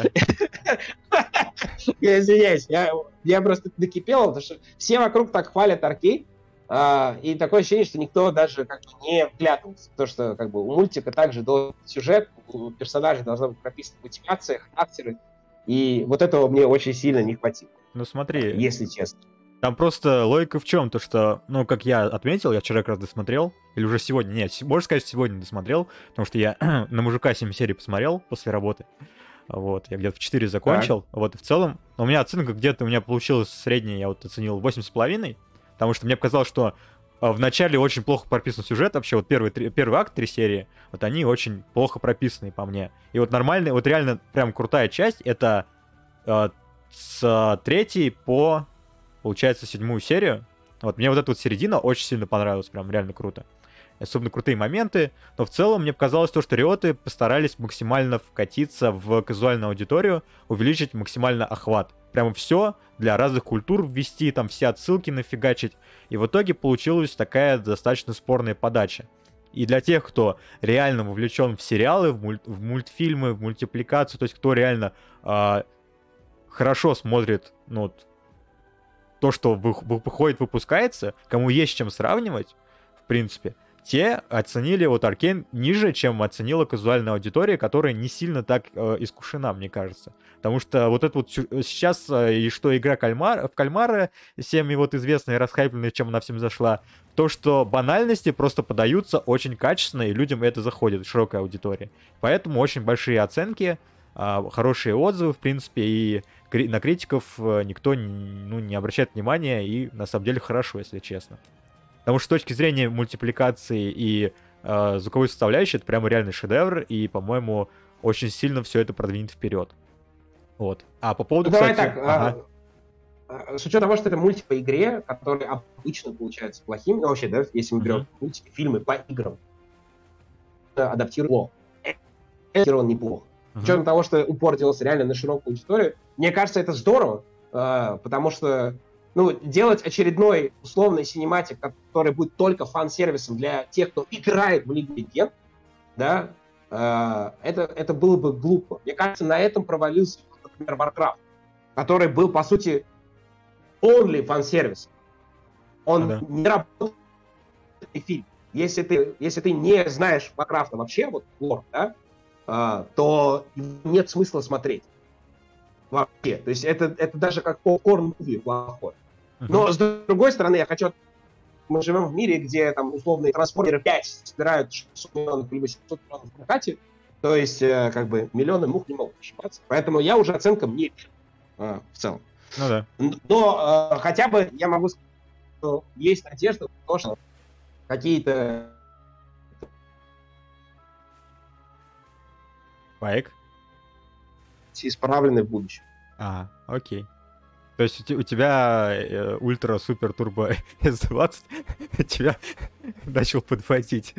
Я извиняюсь, я просто накипел, потому что все вокруг так хвалят Аркейн, и такое ощущение, что никто даже как бы не вглядывался в то, что как бы у мультика также должен быть сюжет, у персонажей должна быть прописана мотивация, характеры, и вот этого мне очень сильно не хватило. Ну смотри, если честно. Там просто логика в чем? То, что, ну, как я отметил, я вчера как раз досмотрел, или уже сегодня, нет, можно сказать, сегодня досмотрел, потому что я на Мужика 7 серий посмотрел после работы. Вот, я где-то в 4 закончил. Так. Вот, и в целом, у меня оценка где-то, у меня получилась средняя, я вот оценил 8,5, потому что мне показалось, что в начале очень плохо прописан сюжет, вообще, вот первый акт, 3 серии, вот они очень плохо прописаны по мне. И вот нормальная, вот реально прям крутая часть, это с 3 по, получается, 7 серию, Вот мне вот эта вот середина очень сильно понравилась, прям реально круто. Особенно крутые моменты, но в целом мне показалось то, что риоты постарались максимально вкатиться в казуальную аудиторию, увеличить максимально охват. Прямо все для разных культур ввести, там все отсылки нафигачить. И в итоге получилась такая достаточно спорная подача. И для тех, кто реально вовлечен в сериалы, в мультфильмы, в мультипликацию, то есть кто реально хорошо смотрит, ну, вот, то, что выходит, выпускается, кому есть с чем сравнивать, в принципе, те оценили вот Аркейн ниже, чем оценила казуальная аудитория, которая не сильно так искушена, мне кажется. Потому что вот это вот сейчас, и что игра в кальмара, всем и вот известная и расхайпленная, чем она всем зашла, то, что банальности просто подаются очень качественно, и людям это заходит, широкая аудитория. Поэтому очень большие оценки, хорошие отзывы, в принципе, и на критиков никто ну, не обращает внимания, и на самом деле хорошо, если честно. Потому что с точки зрения мультипликации и звуковой составляющей, это прямо реальный шедевр, и, по-моему, очень сильно все это продвинет вперед. Вот. А по поводу, ну, давай кстати... так, с учетом того, что это мультик по игре, который обычно получается плохим, ну, вообще, да, если мы берем мультики, фильмы по играм, адаптирован неплохо. С учетом того, что упор делался реально на широкую аудиторию, мне кажется, это здорово, потому что ну, делать очередной условный синематик, который будет только фан-сервисом для тех, кто играет в Лигу Легенд, да, это было бы глупо. Мне кажется, на этом провалился, например, Warcraft, который был, по сути, only фан-сервис. Он не работает в фильме. Если ты не знаешь Warcraft вообще, вот лор, да, то нет смысла смотреть. Вообще. То есть это даже как попкорн-муви плохой. Но, с другой стороны, я хочу... Мы живем в мире, где там условные трансформеры 5 собирают 600 миллионов либо 700 миллионов в прокате. То есть, как бы, миллионы мух не могут ошибаться. Поэтому я уже оценкам не в целом. Ну да. Но хотя бы я могу сказать, что есть надежда, что какие-то... Пайк? Исправлены в будущем. Окей. То есть у тебя ультра супер турбо S20 тебя начал подводить.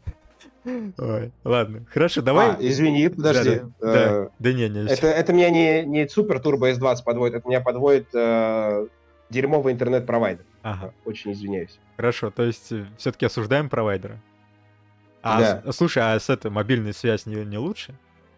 Ой, ладно, хорошо, давай. Извини, подожди. Да, не. Это меня не супер турбо S20 подводит, это меня подводит дерьмовый интернет-провайдер. Ага. Очень извиняюсь. Хорошо, то есть все-таки осуждаем провайдера. Да. Слушай, а с этой мобильной связь не лучше?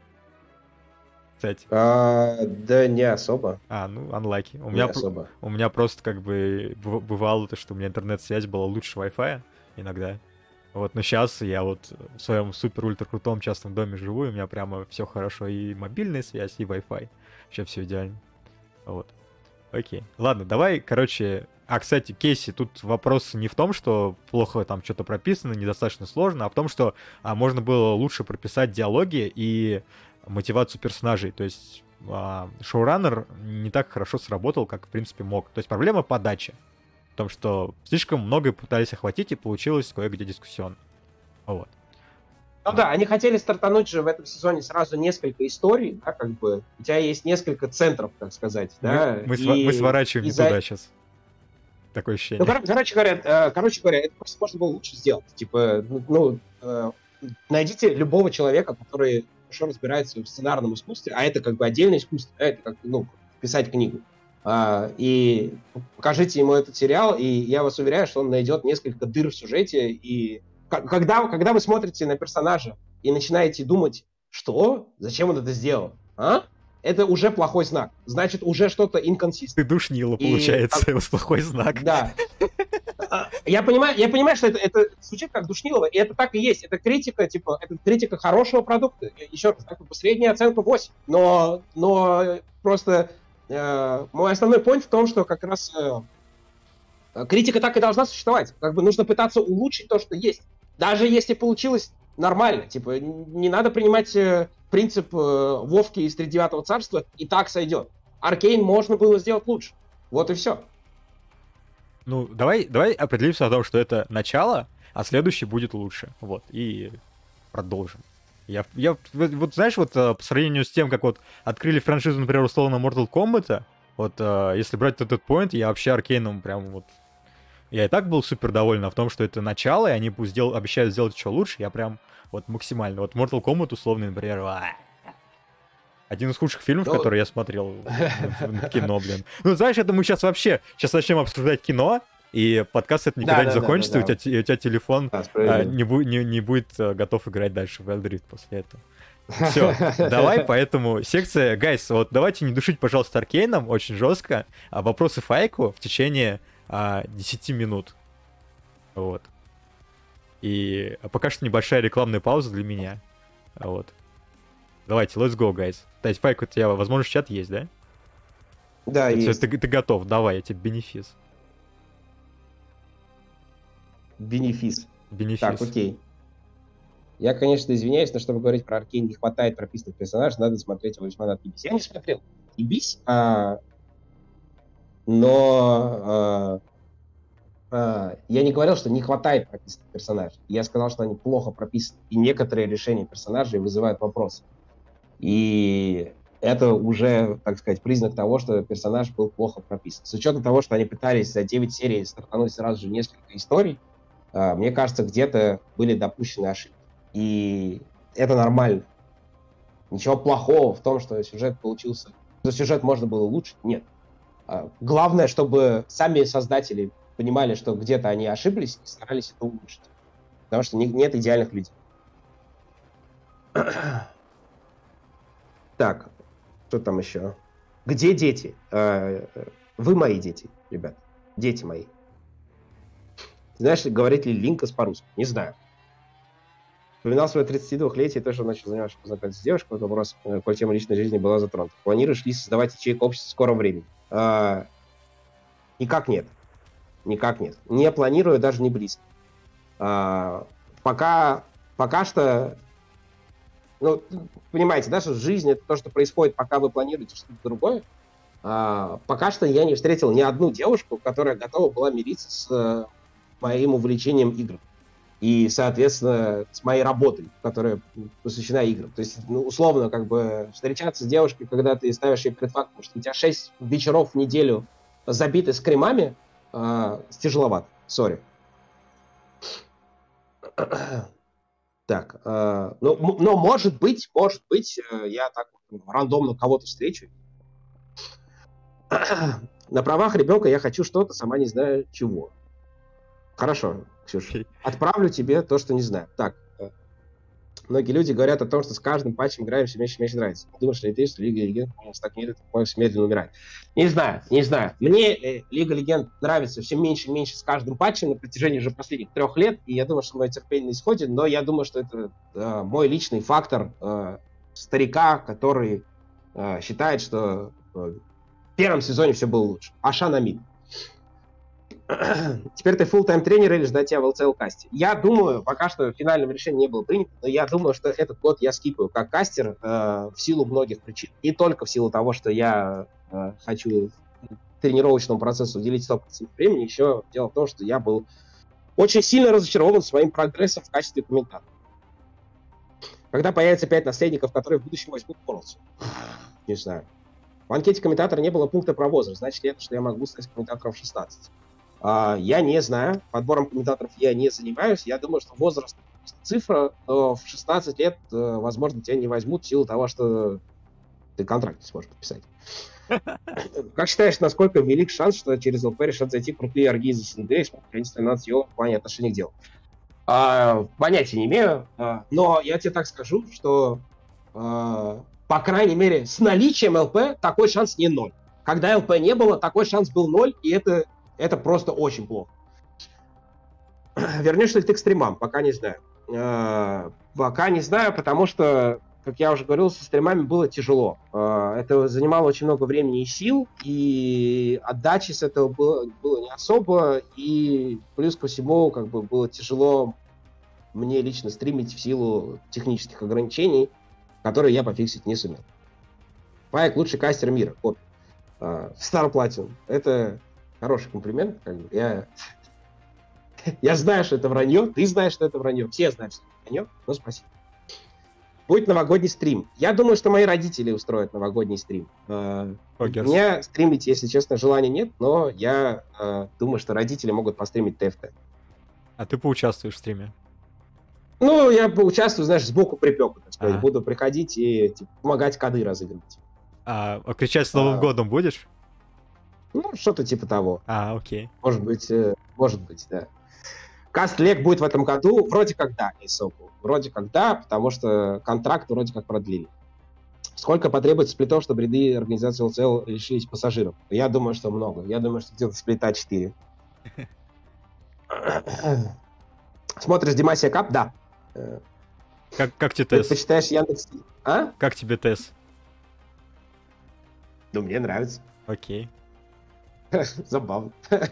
Кстати. Да не особо. Ну, unlucky. У меня просто как бы бывало то, что у меня интернет-связь была лучше Wi-Fi иногда. Вот, но сейчас я вот в своем супер-ультра-крутом частном доме живу, и у меня прямо все хорошо, и мобильная связь, и Wi-Fi. Вообще все идеально. Вот. Окей. Ладно, давай, короче... кстати, Кейси, тут вопрос не в том, что плохо там что-то прописано, недостаточно сложно, а в том, что можно было лучше прописать диалоги и мотивацию персонажей. То есть шоураннер не так хорошо сработал, как в принципе мог. То есть проблема подачи. В том, что слишком много пытались охватить, и получилось кое-где дискуссионно. Вот. Ну да, они хотели стартануть же в этом сезоне сразу несколько историй, да, как бы. У тебя есть несколько центров, так сказать, да. Мы сворачиваем не туда сейчас. Такое ощущение. Ну, короче говоря, это просто можно было лучше сделать. Типа, найдите любого человека, который хорошо разбирается в сценарном искусстве, а это как бы отдельное искусство, это как, писать книгу. И покажите ему этот сериал, и я вас уверяю, что он найдет несколько дыр в сюжете. И когда вы смотрите на персонажа и начинаете думать, что? Зачем он это сделал? Это уже плохой знак. Значит, уже что-то инконсистентно. Ты душнило, получается, это плохой знак. Да. Я понимаю, что это звучит как душнилово, и это так и есть. Это критика, это критика хорошего продукта. Еще раз, средняя оценка 8. Но просто мой основной point в том, что как раз критика так и должна существовать. Как бы нужно пытаться улучшить то, что есть. Даже если получилось нормально. Типа, не надо принимать принцип Вовки из Тридевятого царства, и так сойдет. Аркейн можно было сделать лучше. Вот и все. Ну, давай определимся о том, что это начало, а следующий будет лучше. Вот, и продолжим. Вот знаешь, вот по сравнению с тем, как вот открыли франшизу, например, условно Mortal Kombat, вот если брать этот point, я вообще Аркейном прям вот Я и так был супер доволен, а в том, что это начало, и они обещают сделать еще лучше, я прям вот максимально. Вот Mortal Kombat условный, например, один из худших фильмов, Ну, которые я смотрел в кино, блин. Ну, знаешь, это мы сейчас начнем обсуждать кино, и подкаст это никогда не закончится, и у тебя телефон не будет готов играть дальше в Wild Rift после этого. Все, давай, поэтому секция, гайс, вот давайте не душить, пожалуйста, Аркейном очень жестко, а вопросы Файку в течение 10 минут. Вот. И пока что небольшая рекламная пауза для меня. Вот. Давайте, let's go, guys. То есть, Файк, у тебя, возможно, чат есть, да? Да, есть. Ты готов, давай, я тебе бенефис. Бенефис. Бенефис. Так, окей. Я, конечно, извиняюсь, но чтобы говорить про Аркейн, не хватает прописанных персонажей, надо смотреть его весьма на Ибис. Я не смотрел Ибис, но я не говорил, что не хватает прописанных персонажей. Я сказал, что они плохо прописаны, и некоторые решения персонажей вызывают вопросы. И это уже, так сказать, признак того, что персонаж был плохо прописан. С учетом того, что они пытались за 9 серий стартануть сразу же несколько историй, мне кажется, где-то были допущены ошибки. И это нормально. Ничего плохого в том, что сюжет получился... Что сюжет можно было улучшить, нет. Главное, чтобы сами создатели понимали, что где-то они ошиблись и старались это улучшить. Потому что нет идеальных людей. Так, что там еще? Где дети? Вы мои дети, ребят. Дети мои. Знаешь, говорит ли Линкас по-русски? Не знаю. Вспоминал свое 32-летие, тоже начал заниматься познакомиться с девушкой. Вот вопрос, коль тема личной жизни была затронута. Планируешь ли создавать ячейку общества в скором времени? Никак нет. Никак нет. Не планирую, даже не близко. Пока что... Ну, понимаете, да, что жизнь — это то, что происходит, пока вы планируете что-то другое. Пока что я не встретил ни одну девушку, которая готова была мириться с моим увлечением игр. И, соответственно, с моей работой, которая посвящена играм. То есть, ну, условно, как бы встречаться с девушкой, когда ты ставишь ей перед фактом, что у тебя 6 вечеров в неделю забиты скримами, тяжеловато. Сори. Так, но может быть, я так рандомно кого-то встречу. На правах ребенка я хочу что-то, сама не знаю чего. Хорошо, Ксюша. Отправлю тебе то, что не знаю. Так, многие люди говорят о том, что с каждым патчем играем все меньше и меньше нравится. Думаешь ли ты, что Лига Легенд стагнирует, медленно умирает? Не знаю. Мне Лига Легенд нравится все меньше и меньше с каждым патчем на протяжении уже последних 3 лет, и я думаю, что мое терпение на исходе, но я думаю, что это мой личный фактор старика, который считает, что в первом сезоне все было лучше. Аша Мид. Теперь ты full-time тренер или ждать тебя в LCL-касте? Я думаю, пока что финального решения не было принято, но я думаю, что этот год я скипаю как кастер в силу многих причин. Не только в силу того, что я хочу тренировочному процессу уделить 100% времени, еще дело в том, что я был очень сильно разочарован своим прогрессом в качестве комментатора. Когда появится 5 наследников, которые в будущем возьмут Worlds? Не знаю. В анкете комментатора не было пункта про возраст. Значит ли это, что я могу стать комментатором в 16? Я не знаю. Подбором комментаторов я не занимаюсь. Я думаю, что возраст цифра, в 16 лет, возможно, тебя не возьмут в силу того, что ты контракт не сможешь подписать. Как считаешь, насколько велик шанс, что через ЛП решат зайти крутые орги из СНГ и смогут хранить 13 в плане отношений к делу? Понятия не имею, но я тебе так скажу, что, по крайней мере, с наличием ЛП такой шанс не 0. Когда ЛП не было, такой шанс был 0, и это просто очень плохо. Вернешься ли ты к стримам? Пока не знаю. Пока не знаю, потому что, как я уже говорил, со стримами было тяжело. Это занимало очень много времени и сил, и отдачи с этого было не особо, и плюс ко всему, как бы, было тяжело мне лично стримить в силу технических ограничений, которые я пофиксить не сумел. Пайк — лучший кастер мира. Вот. Star Platinum. Это хороший комплимент. Как бы. Я знаю, что это вранье, ты знаешь, что это вранье, все знают, что это вранье, но спасибо. Будет новогодний стрим. Я думаю, что мои родители устроят новогодний стрим. У меня стримить, если честно, желания нет, но я думаю, что родители могут постримить ТФТ. А ты поучаствуешь в стриме? Ну, я поучаствую, знаешь, сбоку припеку, так сказать. Буду приходить и типа, помогать коды разыгрывать. А кричать с Новым годом будешь? Ну, что-то типа того. Окей. Может быть, да. Каст-лег будет в этом году? Вроде как да, Исоку. Вроде как да, потому что контракт вроде как продлили. Сколько потребуется сплитов, чтобы ряды организации ЛЦЛ лишились пассажиров? Я думаю, что много. Я думаю, что где-то сплита 4. Смотришь Демасия Кап? Да. Как тебе ТЭС? Почитаешь Яндекс? А? Как тебе ТЭС? Ну, мне нравится. Окей. Забавно.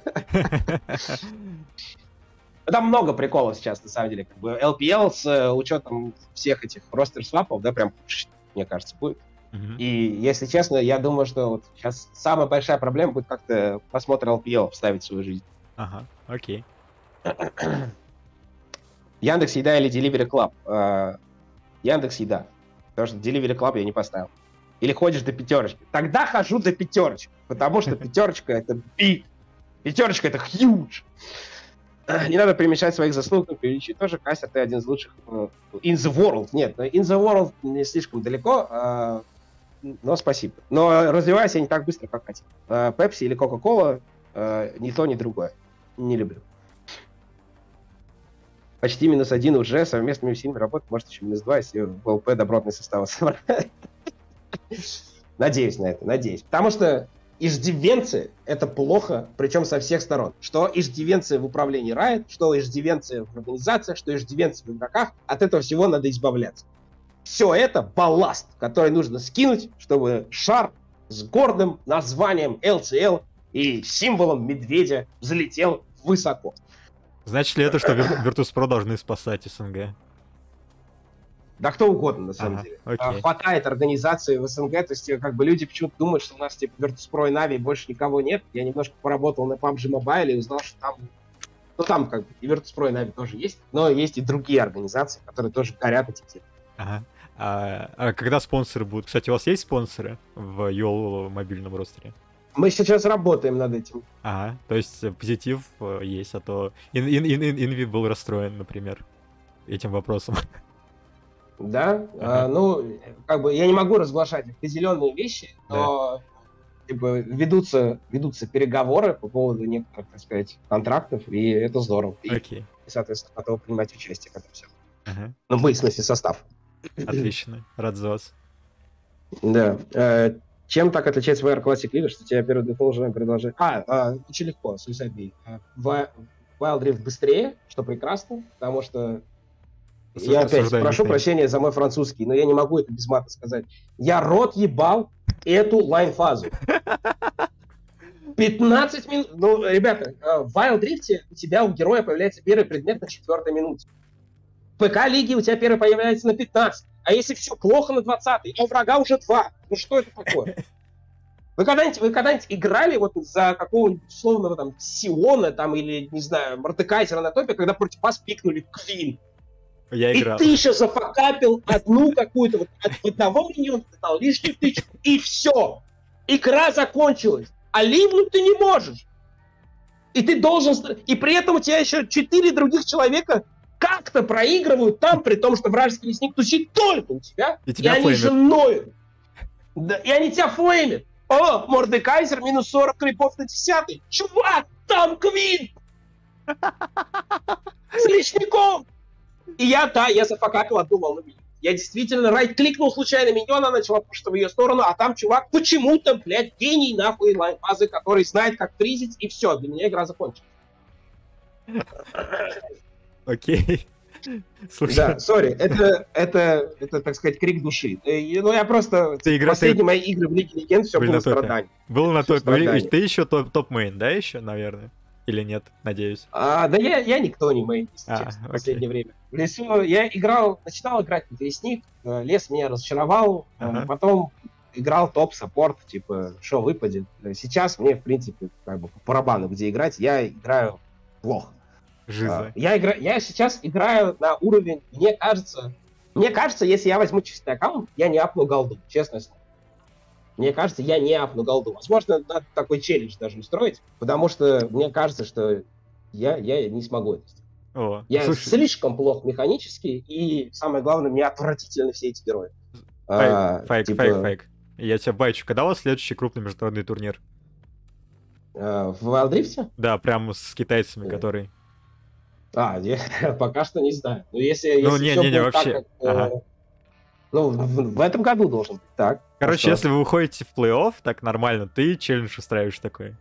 Там много приколов сейчас, на самом деле. Как бы LPL с учетом всех этих ростер-свапов, да, прям, мне кажется, будет. И, если честно, я думаю, что вот сейчас самая большая проблема будет как-то просмотр LPL вставить в свою жизнь. Ага, окей. Яндекс.Еда или Delivery Club? Яндекс.Еда. Потому что Delivery Club я не поставил. Или ходишь до 5. Тогда хожу до 5. Потому что 5 это big. 5 это huge. Не надо перемешать своих заслуг, но перечи тоже. Кастер, ты один из лучших in the world. Нет, in the world не слишком далеко, но спасибо. Но развиваюсь я не так быстро, как хотел. Pepsi или Coca-Cola, ни то, ни другое. Не люблю. Почти -1 уже, совместными усилиями работать, может еще -2, если в ЛП добротный состав собрать. Надеюсь на это, надеюсь. Потому что иждивенцы — это плохо, причем со всех сторон. Что иждивенцы в управлении Riot, что иждивенцы в организациях, что иждивенцы в игроках. От этого всего надо избавляться. Все это балласт, который нужно скинуть, чтобы шар с гордым названием LCL и символом медведя взлетел высоко. Значит ли это, что Virtus.pro должны спасать СНГ? Да кто угодно, на самом деле. Окей. Хватает организации в СНГ, то есть как бы люди почему-то думают, что у нас типа Virtus.pro и Na'Vi больше никого нет. Я немножко поработал на PUBG Mobile и узнал, что там, ну там как бы и Virtus.pro и Na'Vi тоже есть, но есть и другие организации, которые тоже горят этим темам. Ага. А когда спонсоры будут? Кстати, у вас есть спонсоры в YOLO мобильном ростере? Мы сейчас работаем над этим. Ага, то есть позитив есть, а то Инви был расстроен, например, этим вопросом. Да, Ага. ну, как бы я не могу разглашать определенные вещи, но типа, ведутся переговоры по поводу некоторых, так сказать, контрактов, и это здорово. Окей. И, соответственно, готовы принимать участие в этом всем. Ага. Ну, мы, в смысле, состав. Отлично, рад за вас. Да. Чем так отличается VR Classic League, что тебе первый дефолт желаем предложить? Очень легко, Suicide Bee. Wild Rift быстрее, что прекрасно, потому что я опять прошу прощения за мой французский, но я не могу это без мата сказать. Я рот ебал эту лайн-фазу. 15 минут. Ну, ребята, в Wild Rift у тебя, у героя появляется первый предмет на 4-й минуте. В ПК-лиге у тебя первый появляется на 15. А если все плохо, на 20-й, а у врага уже 2. Ну что это такое? Вы когда-нибудь играли вот за какого-нибудь условного там Сиона там, или, не знаю, Мордекайзера на топе, когда против вас пикнули Квин? Я играл. И ты еще зафакапил одну какую-то, вот от одного миньона дал лишнюю тычку, и все. Игра закончилась. А ливнуть ты не можешь. И ты должен... И при этом у тебя еще 4 других человека как-то проигрывают там, при том, что вражеский лесник тусит только у тебя. И они же ноют. Да, и они тебя флеймят. О, Мордекайзер, минус 40 крипов на 10-й. Чувак, там Квин! С лесником! И я зафакапил одну волну миньона. Я действительно райт-кликнул случайно миньона, начала пушить в ее сторону, а там чувак почему-то, блядь, гений нахуй лайн-фазы, который знает, как фризить, и все, для меня игра закончилась. Окей. Слушай. Да, сори, это, так сказать, крик души. Ну, я просто... Последние мои игры в Лиге Легенд все было страдание. Было на топе. Ты еще топ-мейн, да, еще, наверное? Или нет, надеюсь? Да я никто не мейн, если честно, в последнее время. В лесу я начинал играть на лесник, лес меня разочаровал, потом играл топ-саппорт, типа, что выпадет. Сейчас мне, в принципе, как бы по барабану, где играть, я играю плохо. Жиза. Я сейчас играю на уровень, мне кажется, Мне кажется, если я возьму чистый аккаунт, я не апну голду, честно слово. Мне кажется, я не апну голду. Возможно, надо такой челлендж даже устроить, потому что мне кажется, что я не смогу это сделать. О, Я слушай, слишком плох механически, и самое главное, мне отвратительны все эти герои. фейк. Я тебя бачу. Когда у вас следующий крупный международный турнир? В Wild Rift? Да, прям с китайцами, который... Я пока что не знаю. Но если Ну, все не-не-не, будет вообще. так, как... Ага. Ну, в этом году должен быть так. Короче, если вы выходите в плей-офф, так нормально, ты челлендж устраиваешь такой.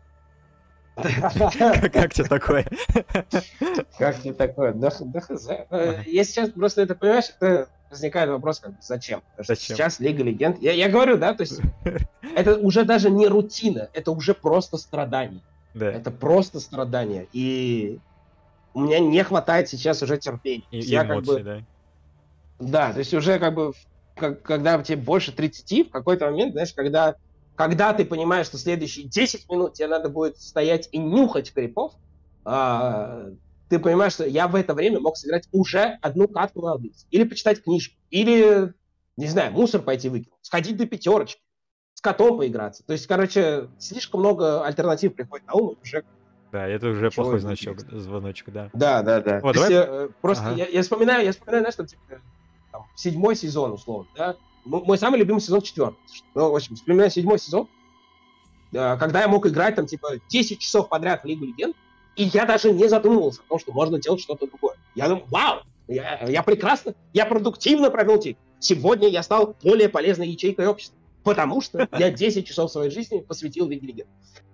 Как тебе такое? Как тебе такое? Да хз. Если сейчас просто это понимаешь, это возникает вопрос, как бы, зачем? Потому что Зачем? сейчас Лига Легенд... Я говорю, да, то есть это уже даже не рутина, это уже просто страдание. Да. Это просто страдание. И у меня не хватает сейчас уже терпения. И Я как эмоций, бы... да. Да, то есть уже как бы, когда тебе больше 30, в какой-то момент, знаешь, когда ты понимаешь, что следующие 10 минут тебе надо будет стоять и нюхать крипов, ты понимаешь, что я в это время мог сыграть уже одну катку на Blitz. Или почитать книжку. Или, не знаю, мусор пойти выкинуть. Сходить до пятерочки. С котом поиграться. То есть, короче, слишком много альтернатив приходит на ум. Уже... Да, это уже Чего плохой это звоночек, да. Да. Вот, То давай... есть, просто Ага. я вспоминаю, знаешь, там, типа, там, 7-й сезон, условно, да? Мой самый любимый сезон 4-й. Ну, в общем, вспоминаю 7-й сезон, когда я мог играть, там, типа, 10 часов подряд в Лигу Легенд, и я даже не задумывался о том, что можно делать что-то другое. Я думал, вау, я прекрасно, я продуктивно провел тик. Сегодня я стал более полезной ячейкой общества, потому что я 10 часов своей жизни посвятил Лиге Легенд.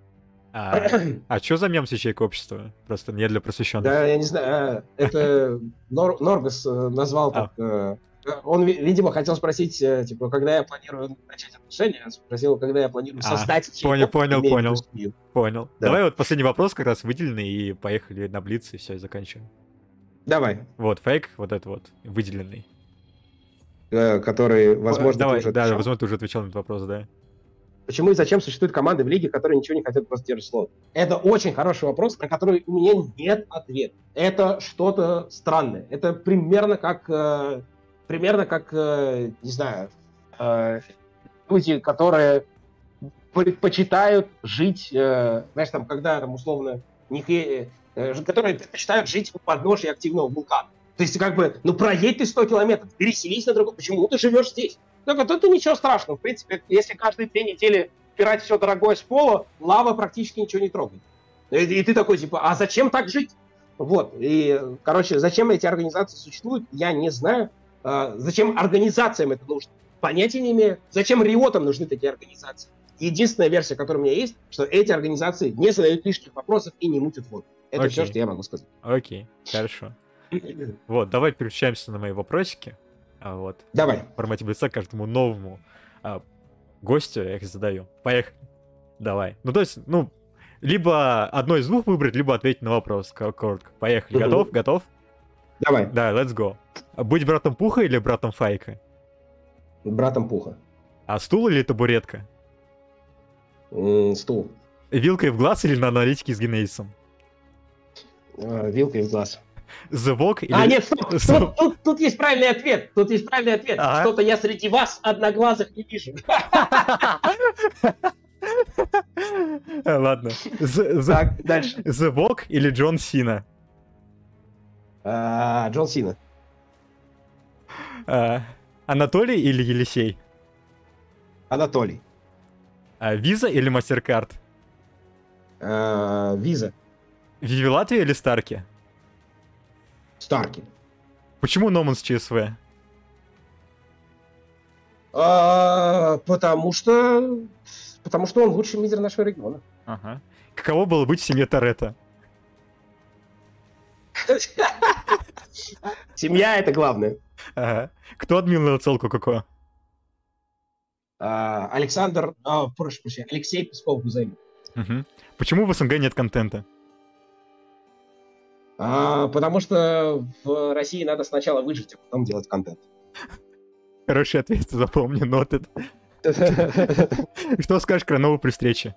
А что за мем с ячейкой общества? Просто не для просвещенных. Да, я не знаю, это Норгас назвал так... Он, видимо, хотел спросить, типа, когда я планирую начать отношения, спросил, когда я планирую создать ячейку. Понял. Да. Давай вот последний вопрос как раз выделенный, и поехали на Блиц, и все, и заканчиваем. Давай. Вот, фейк, вот это вот, выделенный. Который, возможно, Давай, ты уже да, возможно, ты уже отвечал на этот вопрос, да. Почему и зачем существуют команды в лиге, которые ничего не хотят просто держать слот? Это очень хороший вопрос, на который у меня нет ответа. Это что-то странное. Это примерно как, не знаю, люди, которые предпочитают жить, знаешь, там, когда там условно, которые предпочитают жить у подножия активного вулкана. То есть, как бы, проедь ты 100 километров, переселись на другой, почему ты живешь здесь? Так, это ничего страшного. В принципе, если каждые 2 недели пирать все дорогое с пола, лава практически ничего не трогает. И ты такой, типа, а зачем так жить? Вот. И, короче, зачем эти организации существуют, я не знаю. Зачем организациям это нужно? Понятия не имею. Зачем риотам нужны такие организации? Единственная версия, которая у меня есть, что эти организации не задают лишних вопросов и не мутят воду. Это все, что я могу сказать. Окей, хорошо. Вот, давай переключаемся на мои вопросики. Вот. Давай. В формате блица каждому новому гостю я их задаю. Поехали. Давай. Ну, то есть, либо одно из двух выбрать, либо ответить на вопрос коротко. Поехали. Готов? Давай. Да, let's go. Быть братом Пуха или братом Файка? Братом Пуха. А стул или табуретка? Стул. Вилкой в глаз или на аналитике с генезисом? Вилкой в глаз. The Vogue или... нет, стоп. Тут есть правильный ответ. Ага. Что-то я среди вас одноглазых не вижу. Ладно. Так, дальше. The Vogue или Джон Сина? Джон Сина. Анатолий или Елисей? Анатолий. Виза или Мастеркард? Виза. Виви Латвия или Старки? Старки. Почему Номанс ЧСВ? Потому что он лучший лидер нашего региона. Ага. Каково было быть в семье Торетто? Семья — это главное. Ага. Кто админ ЛЦЛ Кока-Кола? Алексей Песков-Гузейн. Угу. Почему в СНГ нет контента? Потому что в России надо сначала выжить, а потом делать контент. Хороший ответ, запомни, нотед. Что скажешь Кранову при встрече?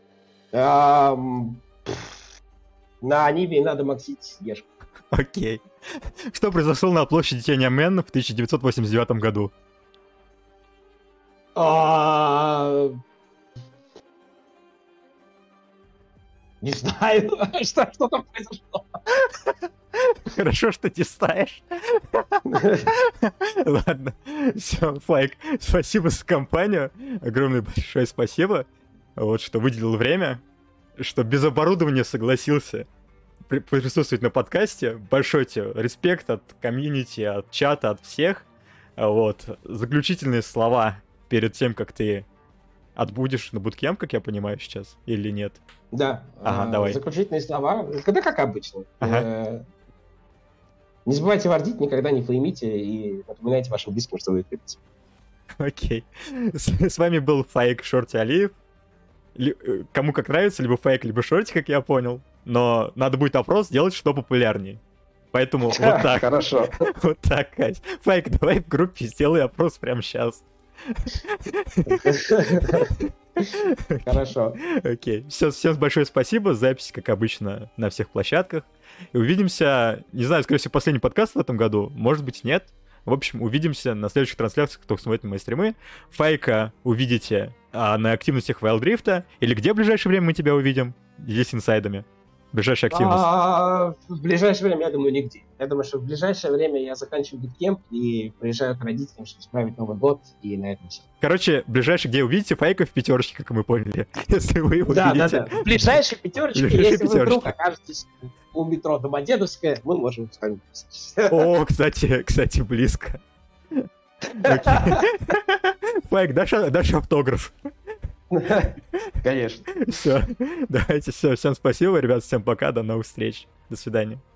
На Ниве надо максить Ешку. Окей. Что произошло на площади Тяньаньмэн в 1989 году? А, Не знаю, что там произошло. Хорошо, что ты знаешь. Ладно, все, Флайк, спасибо за компанию. Огромное большое спасибо, вот, что выделил время, что без оборудования согласился присутствовать на подкасте. Большой тебе респект от комьюнити, от чата, от всех. Вот, заключительные слова перед тем, как ты отбудешь на буткемп, как я понимаю сейчас, или нет? Да, Ага, давай. заключительные слова. Да, как обычно. Ага. Не забывайте вардить, никогда не феймите и напоминайте вашим близким, что вы феймите. Окей. С вами был Файк Шорти Алиев. Кому как нравится, либо Файк, либо Шорти, как я понял. Но надо будет опрос делать, что популярнее. Поэтому вот так. Хорошо. Вот так, Кать. Файк, давай в группе сделай опрос прямо сейчас. Хорошо. Окей. Всем большое спасибо. Запись, как обычно, на всех площадках. И увидимся, не знаю, скорее всего, последний подкаст в этом году. Может быть, нет. В общем, увидимся на следующих трансляциях, кто смотрит мои стримы. Файка увидите на активностях Wild Rift. Или где в ближайшее время мы тебя увидим? Здесь инсайдами. Ближайшая активность. В ближайшее время, я думаю, нигде. Я думаю, что в ближайшее время я заканчиваю буткемп и приезжаю к родителям, чтобы справить Новый год, и на этом все. Короче, ближайшее, где увидите Файка в пятерочке, как мы поняли. Если вы его видите. Да. В ближайшей пятерочке, если вы вдруг окажетесь у метро Домодедовская, мы можем с вами встретиться. О, кстати, близко. Файк, дашь автограф? Конечно. Все, давайте, всем спасибо, ребят, всем пока, до новых встреч, до свидания.